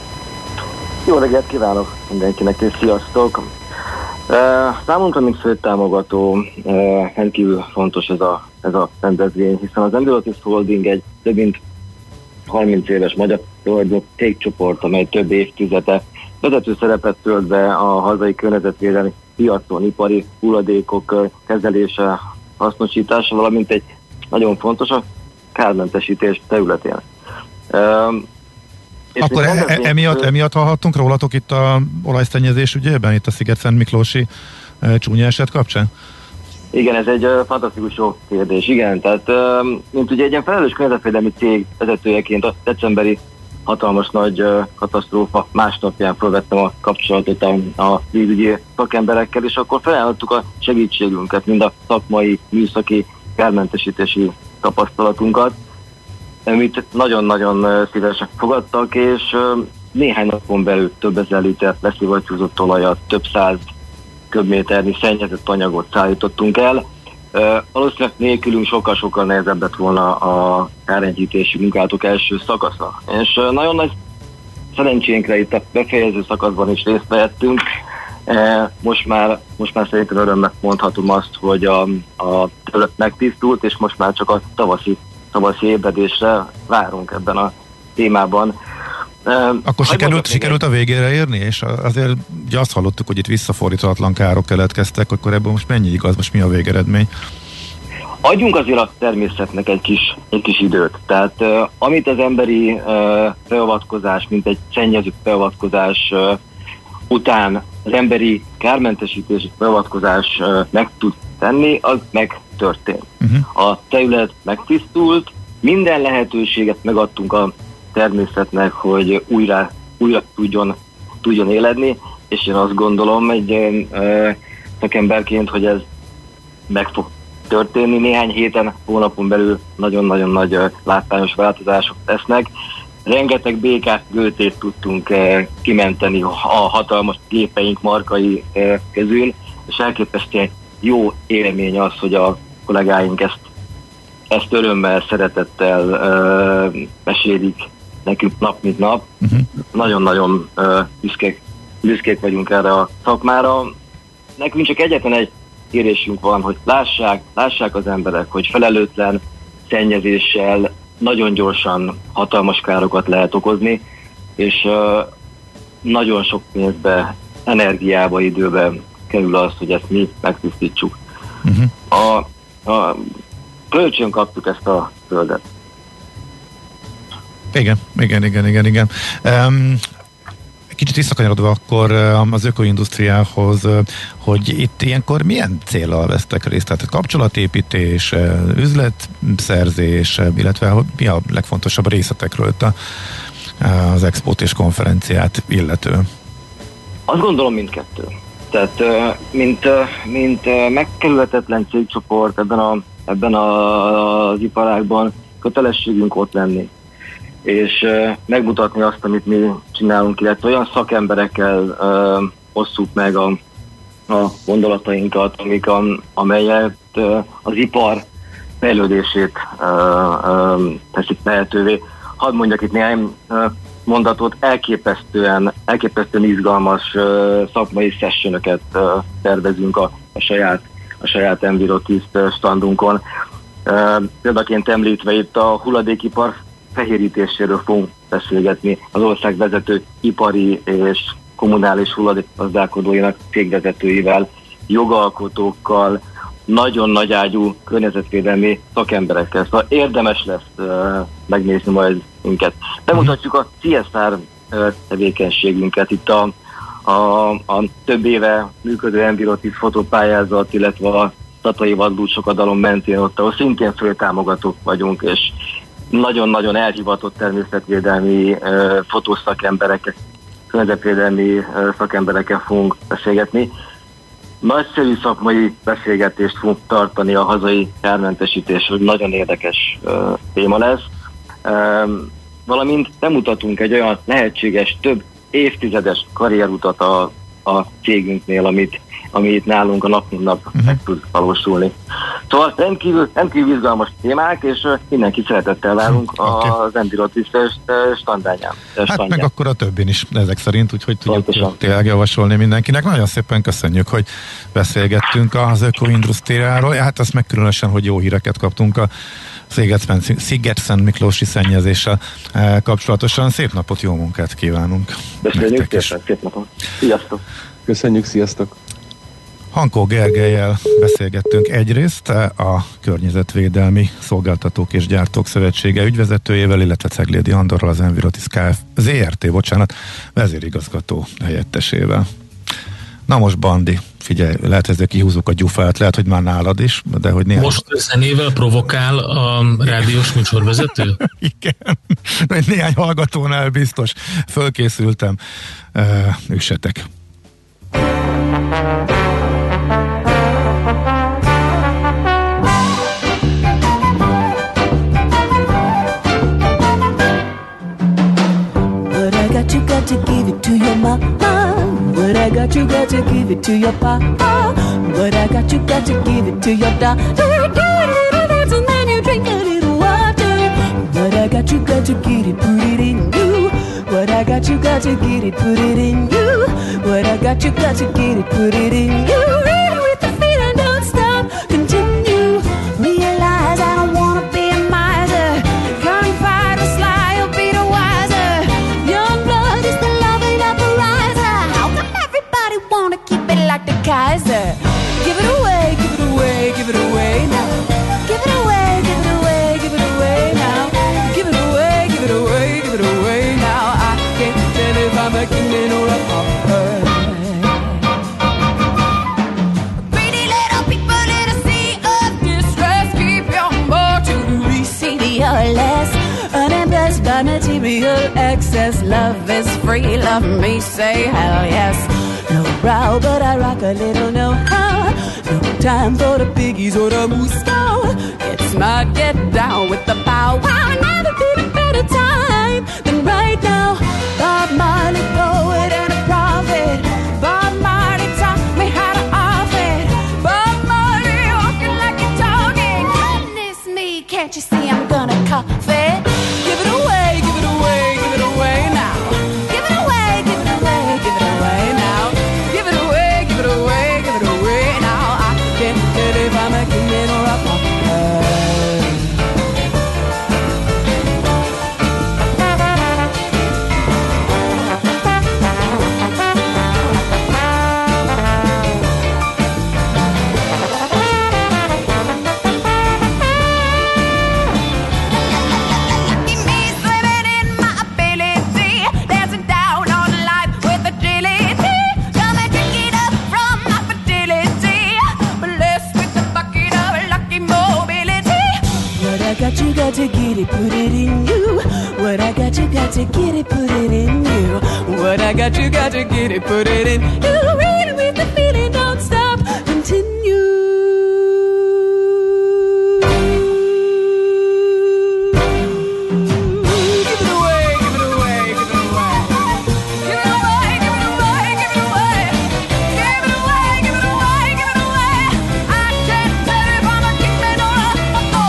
Jó reggelt kívánok mindenkinek, és sziasztok! Számunkra, mint főtámogató, rendkívül fontos ez a rendezvény, hiszen az Envirotis Holding egy több mint 30 éves magyar cégcsoport, amely több évtizede vezető szerepet tölt be a hazai környezetvédelmi piacon, ipari hulladékok kezelése, hasznosítása, valamint egy nagyon fontos a kármentesítés területén. Akkor emiatt hallhattunk rólatok itt a olajszennyezés ügyében, itt a Sziget-Szent Miklósi csúnya eset kapcsán? Igen, ez egy fantasztikus jó kérdés. Igen, tehát mint ugye egy ilyen felelős környezetvédelmi cég vezetőjeként a decemberi hatalmas nagy katasztrófa másnapján felvettem a kapcsolatot a vízügyi szakemberekkel, és akkor felajánlottuk a segítségünket, mind a szakmai, műszaki, kármentesítési tapasztalatunkat, amit nagyon-nagyon szívesen fogadtak, és néhány napon belül több ezer liter leszivattyúzott olajat, több száz köbméternyi szennyezett anyagot szállítottunk el. Valószínűleg nélkülünk sokkal-sokkal nehezebb lett volna a kárenyhítési munkálatok első szakasza. És nagyon nagy szerencsénkre itt a befejező szakaszban is részt vehettünk. Most már szerintem örömmel mondhatom azt, hogy a terület megtisztult, és most már csak a tavaszi ébredésre várunk ebben a témában. Akkor sikerült a végére érni, és azért ugye azt hallottuk, hogy itt visszafordíthatatlan károk keletkeztek, akkor ebből most mennyi igaz, most mi a végeredmény? Adjunk azért a természetnek egy kis időt. Tehát amit az emberi beavatkozás, mint egy szennyező beavatkozás után az emberi kármentesítési beavatkozás meg tud tenni, az megtörtént. A terület megtisztult, minden lehetőséget megadtunk a természetnek, hogy újra tudjon éledni, és én azt gondolom egy szakemberként, hogy ez meg fog történni. Néhány héten, hónapon belül nagyon-nagyon nagy látványos változások lesznek. Rengeteg békát, gőtét tudtunk kimenteni a hatalmas gépeink markai közül, és elképesztően jó élmény az, hogy a kollégáink ezt örömmel, szeretettel mesélik nekünk nap mint nap. Nagyon-nagyon büszkék vagyunk erre a szakmára. Nekünk csak egyetlen egy kérésünk van, hogy lássák az emberek, hogy felelőtlen szennyezéssel nagyon gyorsan hatalmas károkat lehet okozni, és nagyon sok pénzbe, energiába, időbe kerül az, hogy ezt mi megtisztítsuk. A kölcsön kaptuk ezt a földet. Igen. Kicsit visszakanyarodva akkor az ökoindusztriához, hogy itt ilyenkor milyen céllal vesztek részt? Tehát kapcsolatépítés, üzletszerzés, illetve mi a legfontosabb részletekről az expót és konferenciát illető? Azt gondolom mindkettő. Tehát mint megkerülhetetlen cégcsoport ebben az iparágban kötelességünk ott lenni, és megmutatni azt, amit mi csinálunk, illetve olyan szakemberekkel osszuk meg a gondolatainkat, amelyet az ipar fejlődését teszik lehetővé. Hadd mondjak itt néhány mondatot, elképesztően izgalmas szakmai sessionöket tervezünk a saját Envirotis standunkon. Példaként említve itt a hulladékipar fehérítéséről fogunk beszélgetni az ország vezető ipari és kommunális hulladékgazdálkodóinak cégvezetőivel, jogalkotókkal, nagyon nagy ágyú környezetvédelmi szakemberekkel. Szóval érdemes lesz megnézni majd minket. Bemutatjuk a CSR tevékenységünket, itt a több éve működő Envirotis fotopályázat, illetve a Tatai Vadlúd Sokadalom mentén ott, ahol szintén főtámogatók vagyunk, és nagyon-nagyon elhivatott természetvédelmi fotószakemberekkel, környezetvédelmi szakemberekkel fogunk beszélgetni. Nagyszerű szakmai beszélgetést fogunk tartani a hazai kármentesítésről, nagyon érdekes téma lesz. Valamint bemutatunk egy olyan lehetséges, több évtizedes karrierutat a cégünknél, amit nálunk a nap mint nap meg tud valósulni. Szóval rendkívül izgalmas témák, és mindenki szeretettel várunk az Envirotis standján. Hát meg akkor a többin is ezek szerint, úgyhogy tudjuk tényleg javasolni mindenkinek. Nagyon szépen köszönjük, hogy beszélgettünk az ökoindusztriáról. Hát azt meg különösen, hogy jó híreket kaptunk a Szigetszent Miklósi szennyezéssel kapcsolatosan. Szép napot, jó munkát kívánunk! Köszönjük szépen, szép napot! Sziasztok! Köszönjük, sziasztok! Hankó Gergellyel beszélgettünk egyrészt a Környezetvédelmi Szolgáltatók és Gyártók Szövetsége ügyvezetőjével, illetve Ceglédi Andorral, az Envirotis ZRT, vezérigazgató helyettesével. Na most Bandi, figyelj, lehet ezzel kihúzzuk a gyufát, lehet, hogy már nálad is, de hogy néhány... Most zenével provokál a rádiós műsorvezető? Igen, néhány hallgatónál biztos. Fölkészültem. Üssetek. You got to give it to your mama. What I got, you got to give it to your papa. What I got, you got to give it to your doctor. Do a little dance and then you drink a little water. What I got, you got to get it, put it in you. What I got, you got to get it, put it in you. What I got, you got to get it, put it in you. Read it with the feet and don't stop. Continue. Realize I don't wanna be a miser. Confide or sly, you'll be the wiser. Young blood is the loving of the riser. How come everybody wanna keep it like the Kaiser? Give it away, give it away, give it away now. Give it away, give it away, give it away now. Give it away, give it away, give it away now. I can't tell if I'm a king or a pauper. Pretty little people in a sea of distress. Keep your more to receive your less. Unimpressed by material excess. Love is free, love me, say hell yes. No brow, but I rock a little know-how. No time for the piggies or the moose cow. Get smart, get down with the pow wow. Never been a better time than right now. Bob Marley, poet and a prophet. Bob Marley taught me how to off it. Bob Marley walking like you're talking. Goodness me, can't you see I'm gonna cough it? Give it away, give it away, give it away now. Give it away, give it away, give it away now. Give it away, give it away, give it away now. I can't tell if I'm a king or a pauper. You got to get it, put it in you. What I got, you got to get it, put it in you. What I got, you got to get it, put it in you. Read it with the feeling, don't stop, continue. Give it away, give it away, give it away. Give it away, give it away, give it away. Give it away, give it away, give it away. I can't tell if I'm a king man or a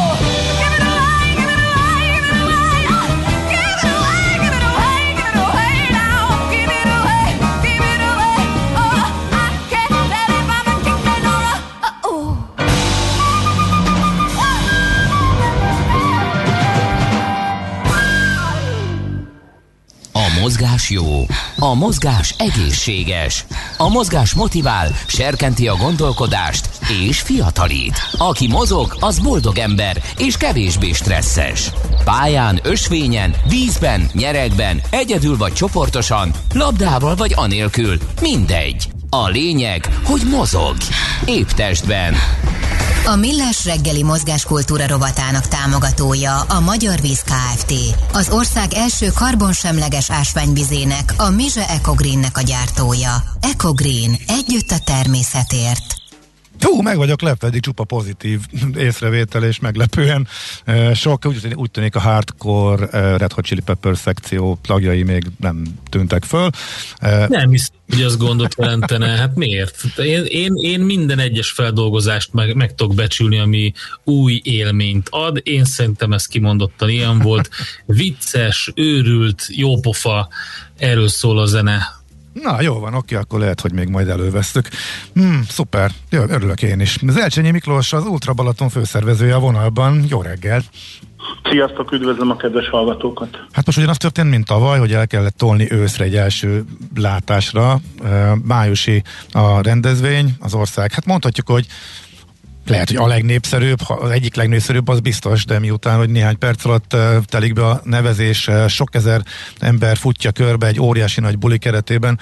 A mozgás jó, a mozgás egészséges, a mozgás motivál, serkenti a gondolkodást és fiatalít. Aki mozog, az boldog ember és kevésbé stresszes. Pályán, ösvényen, vízben, nyeregben, egyedül vagy csoportosan, labdával vagy anélkül, mindegy. A lényeg, hogy mozog. Épp testben. A Millás reggeli mozgáskultúra rovatának támogatója a Magyar Víz Kft. Az ország első karbonsemleges ásványvizének, a Mize Ecogreennek a gyártója. Ecogreen. Együtt a természetért. Meg vagyok lepve, eddig csupa pozitív észrevétel, és meglepően sok, úgy tűnik a hardcore Red Hot Chili Peppers szekció tagjai még nem tűntek föl. Nem hiszem, hogy az gondot jelentene. Hát miért? Én minden egyes feldolgozást meg tudok becsülni, ami új élményt ad. Én szerintem ez kimondottan ilyen volt. Vicces, őrült, jópofa, erről szól a zene. Na, jó van, oké, akkor lehet, hogy még majd elővesztük. Szuper, jó, örülök én is. Zelcsényi Miklós, az Ultra Balaton főszervezője a vonalban. Jó reggel! Sziasztok, üdvözlöm a kedves hallgatókat! Hát most ugyanaz történt, mint tavaly, hogy el kellett tolni őszre egy első látásra. Májusi a rendezvény, az ország. Hát mondhatjuk, hogy lehet, hogy a legnépszerűbb, az egyik legnépszerűbb, az biztos, de miután, hogy néhány perc alatt telik be a nevezés, sok ezer ember futja körbe egy óriási nagy buli keretében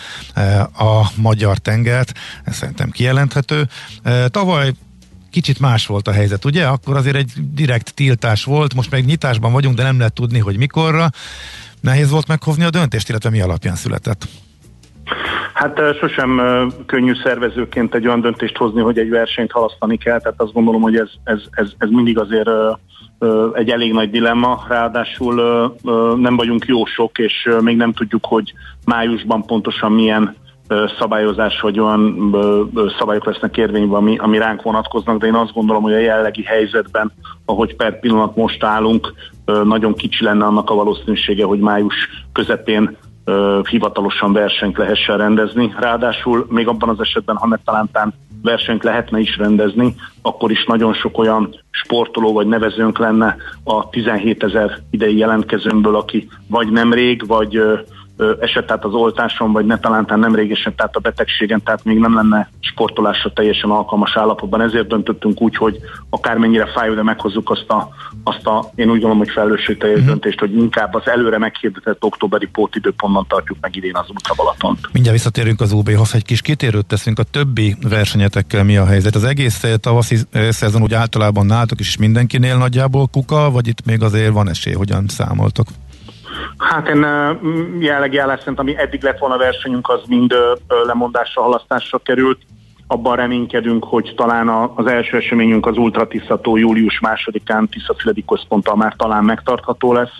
a magyar tengert, ez szerintem kijelenthető. Tavaly kicsit más volt a helyzet, ugye? Akkor azért egy direkt tiltás volt, most meg nyitásban vagyunk, de nem lehet tudni, hogy mikorra. Nehéz volt meghozni a döntést, illetve mi alapján született? Hát sosem könnyű szervezőként egy olyan döntést hozni, hogy egy versenyt halasztani kell, tehát azt gondolom, hogy ez mindig azért egy elég nagy dilemma, ráadásul nem vagyunk jó sok, és még nem tudjuk, hogy májusban pontosan milyen szabályozás vagy olyan szabályok lesznek érvényben, ami ránk vonatkoznak, de én azt gondolom, hogy a jelenlegi helyzetben, ahogy per pillanat most állunk, nagyon kicsi lenne annak a valószínűsége, hogy május közepén hivatalosan versenyt lehessen rendezni. Ráadásul még abban az esetben, ha netalántán versenyt lehetne is rendezni, akkor is nagyon sok olyan sportoló vagy nevezőnk lenne a 17 000 idei jelentkezőnkből, aki vagy nemrég, vagy esett át az oltáson, vagy netalántán nemrég esett át a betegségen, tehát még nem lenne sportolásra teljesen alkalmas állapotban. Ezért döntöttünk úgy, hogy akármennyire fájó, de meghozzuk azt a én úgy gondolom, hogy felelősségteljes döntést, hogy inkább az előre meghirdetett októberi pótidőpontban tartjuk meg idén az Ultra Balatont. Mindjárt visszatérünk az UB-hoz, egy kis kitérőt teszünk a többi versenyetekkel, mi a helyzet. Az egész tavaszi szezon úgy általában nálatok is mindenkinél nagyjából kuka, vagy itt még azért van esély, hogyan számoltok? Hát én jelenlegi állás szerint, ami eddig lett volna versenyünk, az mind lemondásra, halasztásra került. abban reménykedünk, hogy talán az első eseményünk az Ultra Tiszató július 2-án Tiszafüredi Központtal már talán megtartható lesz,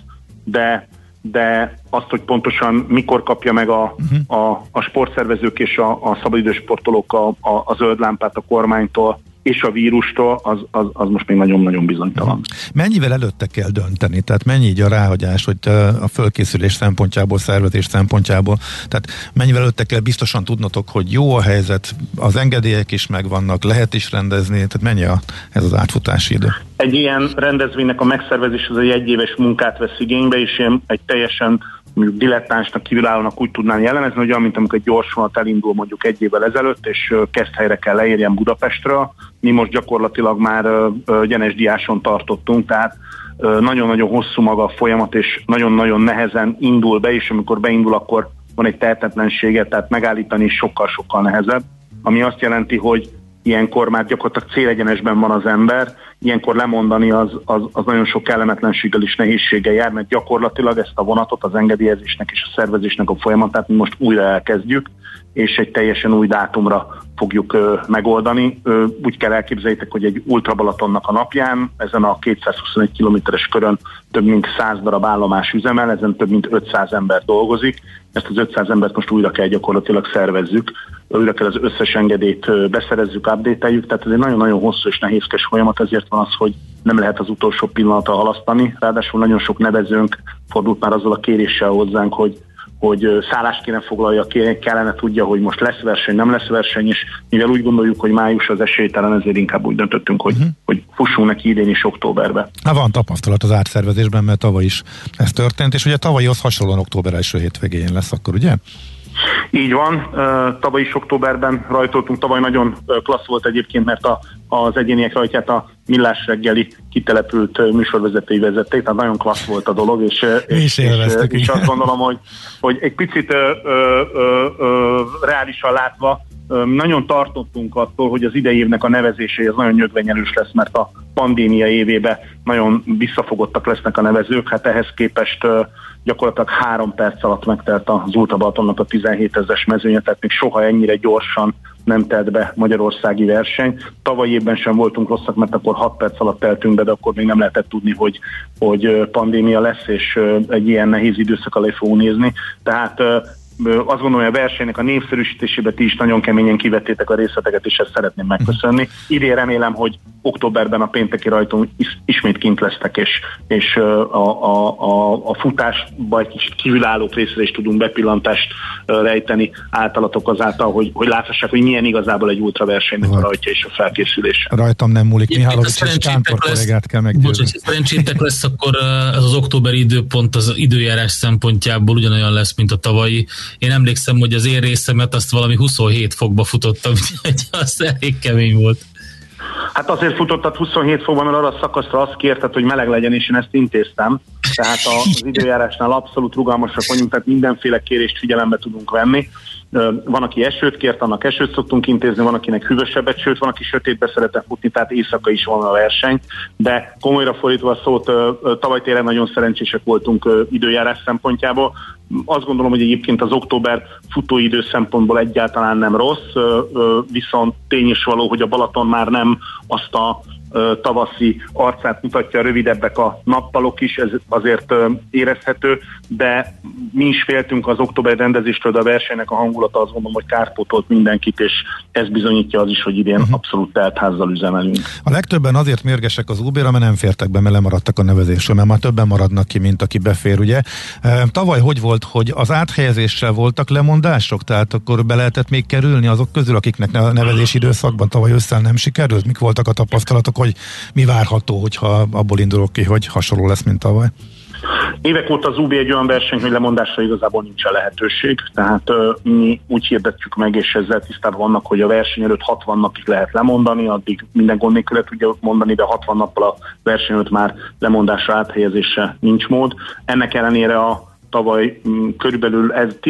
de azt, hogy pontosan mikor kapja meg a sportszervezők és a szabadidős sportolók a zöld lámpát a kormánytól és a vírustól, az most még nagyon-nagyon bizonytalan. Mennyivel előtte kell dönteni? Tehát mennyi így a ráhagyás, hogy a fölkészülés szempontjából, szervezés szempontjából, tehát mennyivel előtte kell biztosan tudnotok, hogy jó a helyzet, az engedélyek is megvannak, lehet is rendezni, tehát mennyi ez az átfutási idő? Egy ilyen rendezvénynek a megszervezés az egy egyéves munkát vesz igénybe, és én egy teljesen mondjuk dilettánsnak, kívülállónak úgy tudnám jellemezni, hogy olyan, mint amikor egy gyorsvonat elindul mondjuk egy évvel ezelőtt, és Keszthelyre kell leérjen Budapestről. Mi most gyakorlatilag már Gyenes Diáson tartottunk, tehát nagyon-nagyon hosszú maga a folyamat, és nagyon-nagyon nehezen indul be, és amikor beindul, akkor van egy tehetetlensége, tehát megállítani sokkal-sokkal nehezebb, ami azt jelenti, hogy ilyenkor már gyakorlatilag célegyenesben van az ember, ilyenkor lemondani az nagyon sok kellemetlenséggel és nehézséggel jár, mert gyakorlatilag ezt a vonatot, az engedélyezésnek és a szervezésnek a folyamatát mi most újra elkezdjük, és egy teljesen új dátumra fogjuk megoldani. Úgy kell elképzeljétek, hogy egy Ultra Balatonnak a napján, ezen a 221 kilométeres körön több mint 100 darab állomás üzemel, ezen több mint 500 ember dolgozik. Ezt az 500 embert most újra kell gyakorlatilag szervezzük, újra kell az összes engedélyt beszerezzük, update-eljük, tehát ez egy nagyon-nagyon hosszú és nehézkes folyamat, ezért van az, hogy nem lehet az utolsó pillanatra halasztani. Ráadásul nagyon sok nevezőnk fordult már azzal a kéréssel hozzánk, hogy szállást kéne foglalja, kellene tudja, hogy most lesz verseny, nem lesz verseny, és mivel úgy gondoljuk, hogy május az esélytelen, ezért inkább úgy döntöttünk, hogy fussunk neki idén is októberbe. Van tapasztalat az átszervezésben, mert tavaly is ez történt, és ugye tavalyhoz hasonlóan október első hétvégén lesz akkor, ugye? Így van, tavaly is októberben rajtoltunk, tavaly nagyon klassz volt egyébként, mert az egyéniek rajtját a Millás reggeli kitelepült műsorvezetői vezették, tehát nagyon klassz volt a dolog, és azt gondolom, hogy egy picit reálisan látva nagyon tartottunk attól, hogy az idei évnek a nevezése az nagyon nyögvenyelős lesz, mert a pandémia évében nagyon visszafogottak lesznek a nevezők, hát ehhez képest gyakorlatilag 3 perc alatt megtelt az Ultra Balatonnak a 17 000-es mezőnye, tehát még soha ennyire gyorsan nem telt be magyarországi verseny. Tavaly évben sem voltunk rosszak, mert akkor 6 perc alatt teltünk be, de akkor még nem lehetett tudni, hogy pandémia lesz, és egy ilyen nehéz időszak alá fogunk nézni. Tehát azt gondolom, hogy a versenynek a népszerűsítésébe ti is nagyon keményen kivettétek a részleteket, és ezt szeretném megköszönni. Idén remélem, hogy októberben a pénteki rajton ismét kint lesztek, és a futásba egy kicsit kívülálló részre is tudunk bepillantást rejteni általatok azáltal, hogy láthassák, hogy milyen igazából egy ultraversenynek a rajtja és a felkészülés. Rajtam nem múlik, Mihálovics és Kántor kollégát kell meggyőzni. Bocs, hogy szerencsétek lesz, akkor ez az októberi időpont az időjárás szempontjából ugyanolyan lesz, mint a tavalyi. Én emlékszem, hogy az én részemet azt valami 27 fokba futottam, úgyhogy az elég kemény volt. Hát azért futottad 27 fokban, mert arra a szakaszra azt kérted, hogy meleg legyen, és én ezt intéztem. Tehát az időjárásnál abszolút rugalmasak vagyunk, tehát mindenféle kérést figyelembe tudunk venni. Van, aki esőt kért, annak esőt szoktunk intézni, van, akinek hűvösebbet, sőt, van, aki sötétbe szeretne futni, tehát éjszaka is van a verseny. De komolyra fordítva a szót, tavaly tényleg nagyon szerencsések voltunk időjárás szempontjából. Azt gondolom, hogy egyébként az október futóidő szempontból egyáltalán nem rossz, viszont tény is való, hogy a Balaton már nem azt a tavaszi arcát mutatja, rövidebbek a nappalok is, ez azért érezhető, de mi is féltünk az októberi rendezéstől, de a versenynek a hangulata azt gondolom, hogy kárpótolt mindenkit, és ez bizonyítja az is, hogy idén abszolút telt házzal üzemelünk. A legtöbben azért mérgesek az Uber-ra, mert nem fértek be, mert lemaradtak a nevezésről, mert már többen maradnak ki, mint aki befér, ugye? Tavaly hogy volt, hogy az áthelyezéssel voltak lemondások, tehát akkor be lehetett még kerülni azok közül, akiknek a nevezési időszakban tavaly ősszel nem sikerült? Mik voltak a tapasztalatok, hogy mi várható, hogyha abból indulok ki, hogy hasonló lesz, mint tavaly? Évek óta az UB egy olyan verseny, hogy lemondásra igazából nincsen lehetőség, tehát mi úgy hirdetjük meg, és ezzel tisztában vannak, hogy a verseny előtt 60 napig lehet lemondani, addig minden gond nélkül tudja mondani, de 60 nappal a verseny előtt már lemondásra, áthelyezésre nincs mód. Ennek ellenére a tavaly körülbelül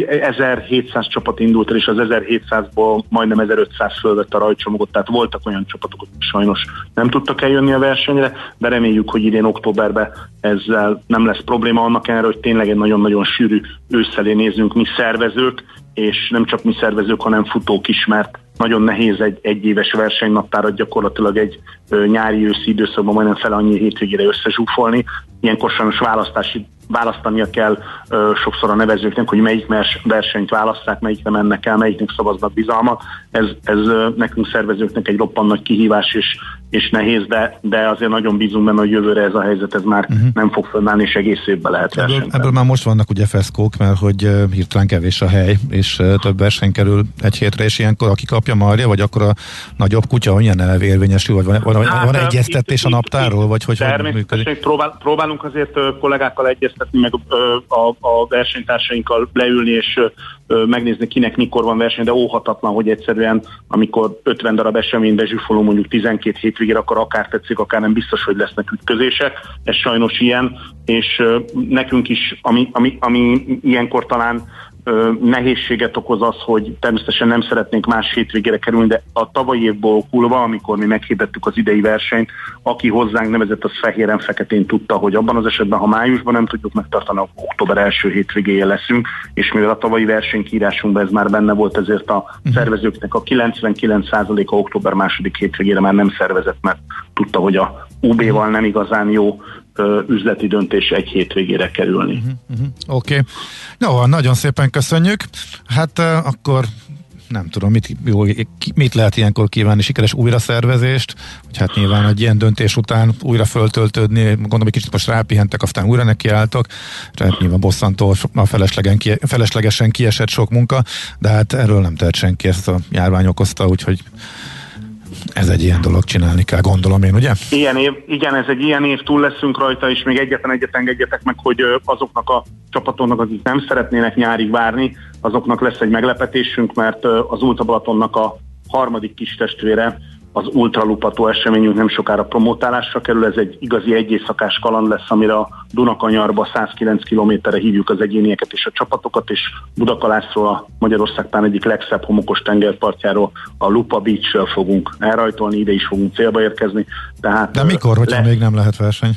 1700 csapat indult el, és az 1700-ból majdnem 1500 fölvett a rajtcsomagot, tehát voltak olyan csapatok, hogy sajnos nem tudtak eljönni a versenyre, de reméljük, hogy idén októberben ezzel nem lesz probléma, annak ellenére, hogy tényleg egy nagyon-nagyon sűrű ősszelé nézünk mi szervezők, és nem csak mi szervezők, hanem futók is, mert nagyon nehéz egy egyéves versenynaptárat gyakorlatilag egy nyári-őszi időszakban majdnem fele annyi hétvégére összezsúfolni. Ilyenkor sajnos választania kell sokszor a nevezőknek, hogy melyik versenyt választák, melyikre mennek el, melyiknek szavaznak bizalmat. Ez nekünk szervezőknek egy roppant nagy kihívás és nehéz, de azért nagyon bízunk benne, hogy jövőre ez a helyzet ez már nem fog fönnállni, és egész évben lehet versenyben. Ebből már most vannak ugye feszkók, mert hogy hirtelen kevés a hely, és több verseny kerül egy hétre, és ilyenkor aki kapja marja, vagy akkor a nagyobb kutya olyan elvérvényesül, vagy van egyeztetés a naptárról, vagy hogy működik? Próbálunk azért kollégákkal egyeztetni, meg a versenytársainkkal leülni, és megnézni, kinek mikor van verseny, de óhatatlan, hogy egyszerűen, amikor 50 darab eseménybe zsúfoló mondjuk 12 hétvégére, akkor akár tetszik, akár nem biztos, hogy lesznek ütközések. Ez sajnos ilyen, és nekünk is, ami ilyenkor talán nehézséget okoz az, hogy természetesen nem szeretnénk más hétvégére kerülni, de a tavalyi évból okulva, amikor mi meghirdettük az idei versenyt, aki hozzánk nevezett, az fehéren-feketén tudta, hogy abban az esetben, ha májusban nem tudjuk megtartani, akkor október első hétvégéje leszünk, és mivel a tavalyi versenykiírásunkban ez már benne volt, ezért a szervezőknek a 99%-a október második hétvégére már nem szervezett, mert tudta, hogy a UB-val nem igazán jó üzleti döntés egy hétvégére kerülni. Oké. Jó, nagyon szépen köszönjük. Hát akkor nem tudom, mit lehet ilyenkor kívánni, sikeres újraszervezést, hogy hát nyilván egy ilyen döntés után újra föltöltődni, gondolom, egy kicsit most rápihentek, aztán újra nekiálltok, tehát nyilván bosszantó, a feleslegesen kiesett sok munka, de hát erről nem tehet senki, ezt a járvány okozta, úgyhogy ez egy ilyen dolog, csinálni kell, gondolom én, ugye? Igen, ez egy ilyen év, túl leszünk rajta, és még egyet engedjetek meg, hogy azoknak a csapatoknak, akik nem szeretnének nyárig várni, azoknak lesz egy meglepetésünk, mert az Ultra Balatonnak a harmadik kis testvére, az Ultra Lupató eseményünk nem sokára promotálásra kerül, ez egy igazi egyészakás kaland lesz, amire a Dunakanyarba 109 kilométerre hívjuk az egyénieket és a csapatokat, és Budakalászról, a Magyarország talán egyik legszebb homokos tengerpartjáról, a Lupa Beach-ről fogunk elrajtolni, ide is fogunk célba érkezni. Tehát, de mikor, hogyha még nem lehet verseny?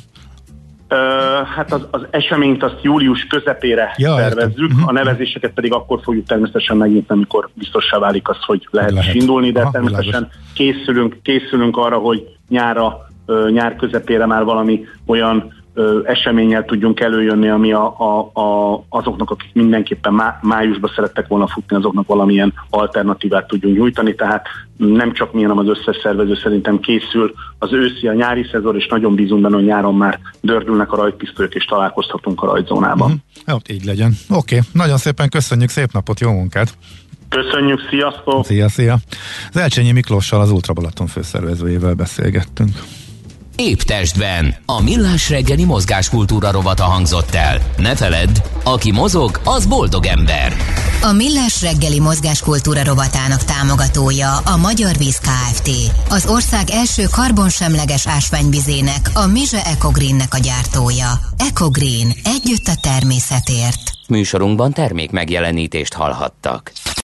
Hát az eseményt azt július közepére tervezzük, a nevezéseket pedig akkor fogjuk természetesen megnyitni, amikor biztossá válik az, hogy lehet is indulni, de természetesen készülünk arra, hogy nyár közepére már valami olyan eseménnyel tudjunk előjönni, ami azoknak, akik mindenképpen májusban szerettek volna futni, azoknak valamilyen alternatívát tudjunk nyújtani, tehát nem csak mi, hanem az összes szervező szerintem készül az őszi, a nyári szezon, és nagyon bízunk benne, hogy nyáron már dördülnek a rajtpisztolyok, és találkozhatunk a rajtzónában. Jó, így legyen. Oké, nagyon szépen köszönjük, szép napot, jó munkát! Köszönjük, sziasztok! Szia! Az Elcsényi Miklóssal, az Ultra Balaton főszervezőjével beszélgettünk. Épp testben a Millás reggeli mozgáskultúra rovata hangzott el. Ne feledd, aki mozog, az boldog ember. A Millás reggeli mozgáskultúra rovatának támogatója a Magyar Víz Kft. Az ország első karbonsemleges ásványvizének, a Mize Ecogreennek a gyártója. Ecogreen, együtt a természetért. Műsorunkban termék megjelenítést hallhattak.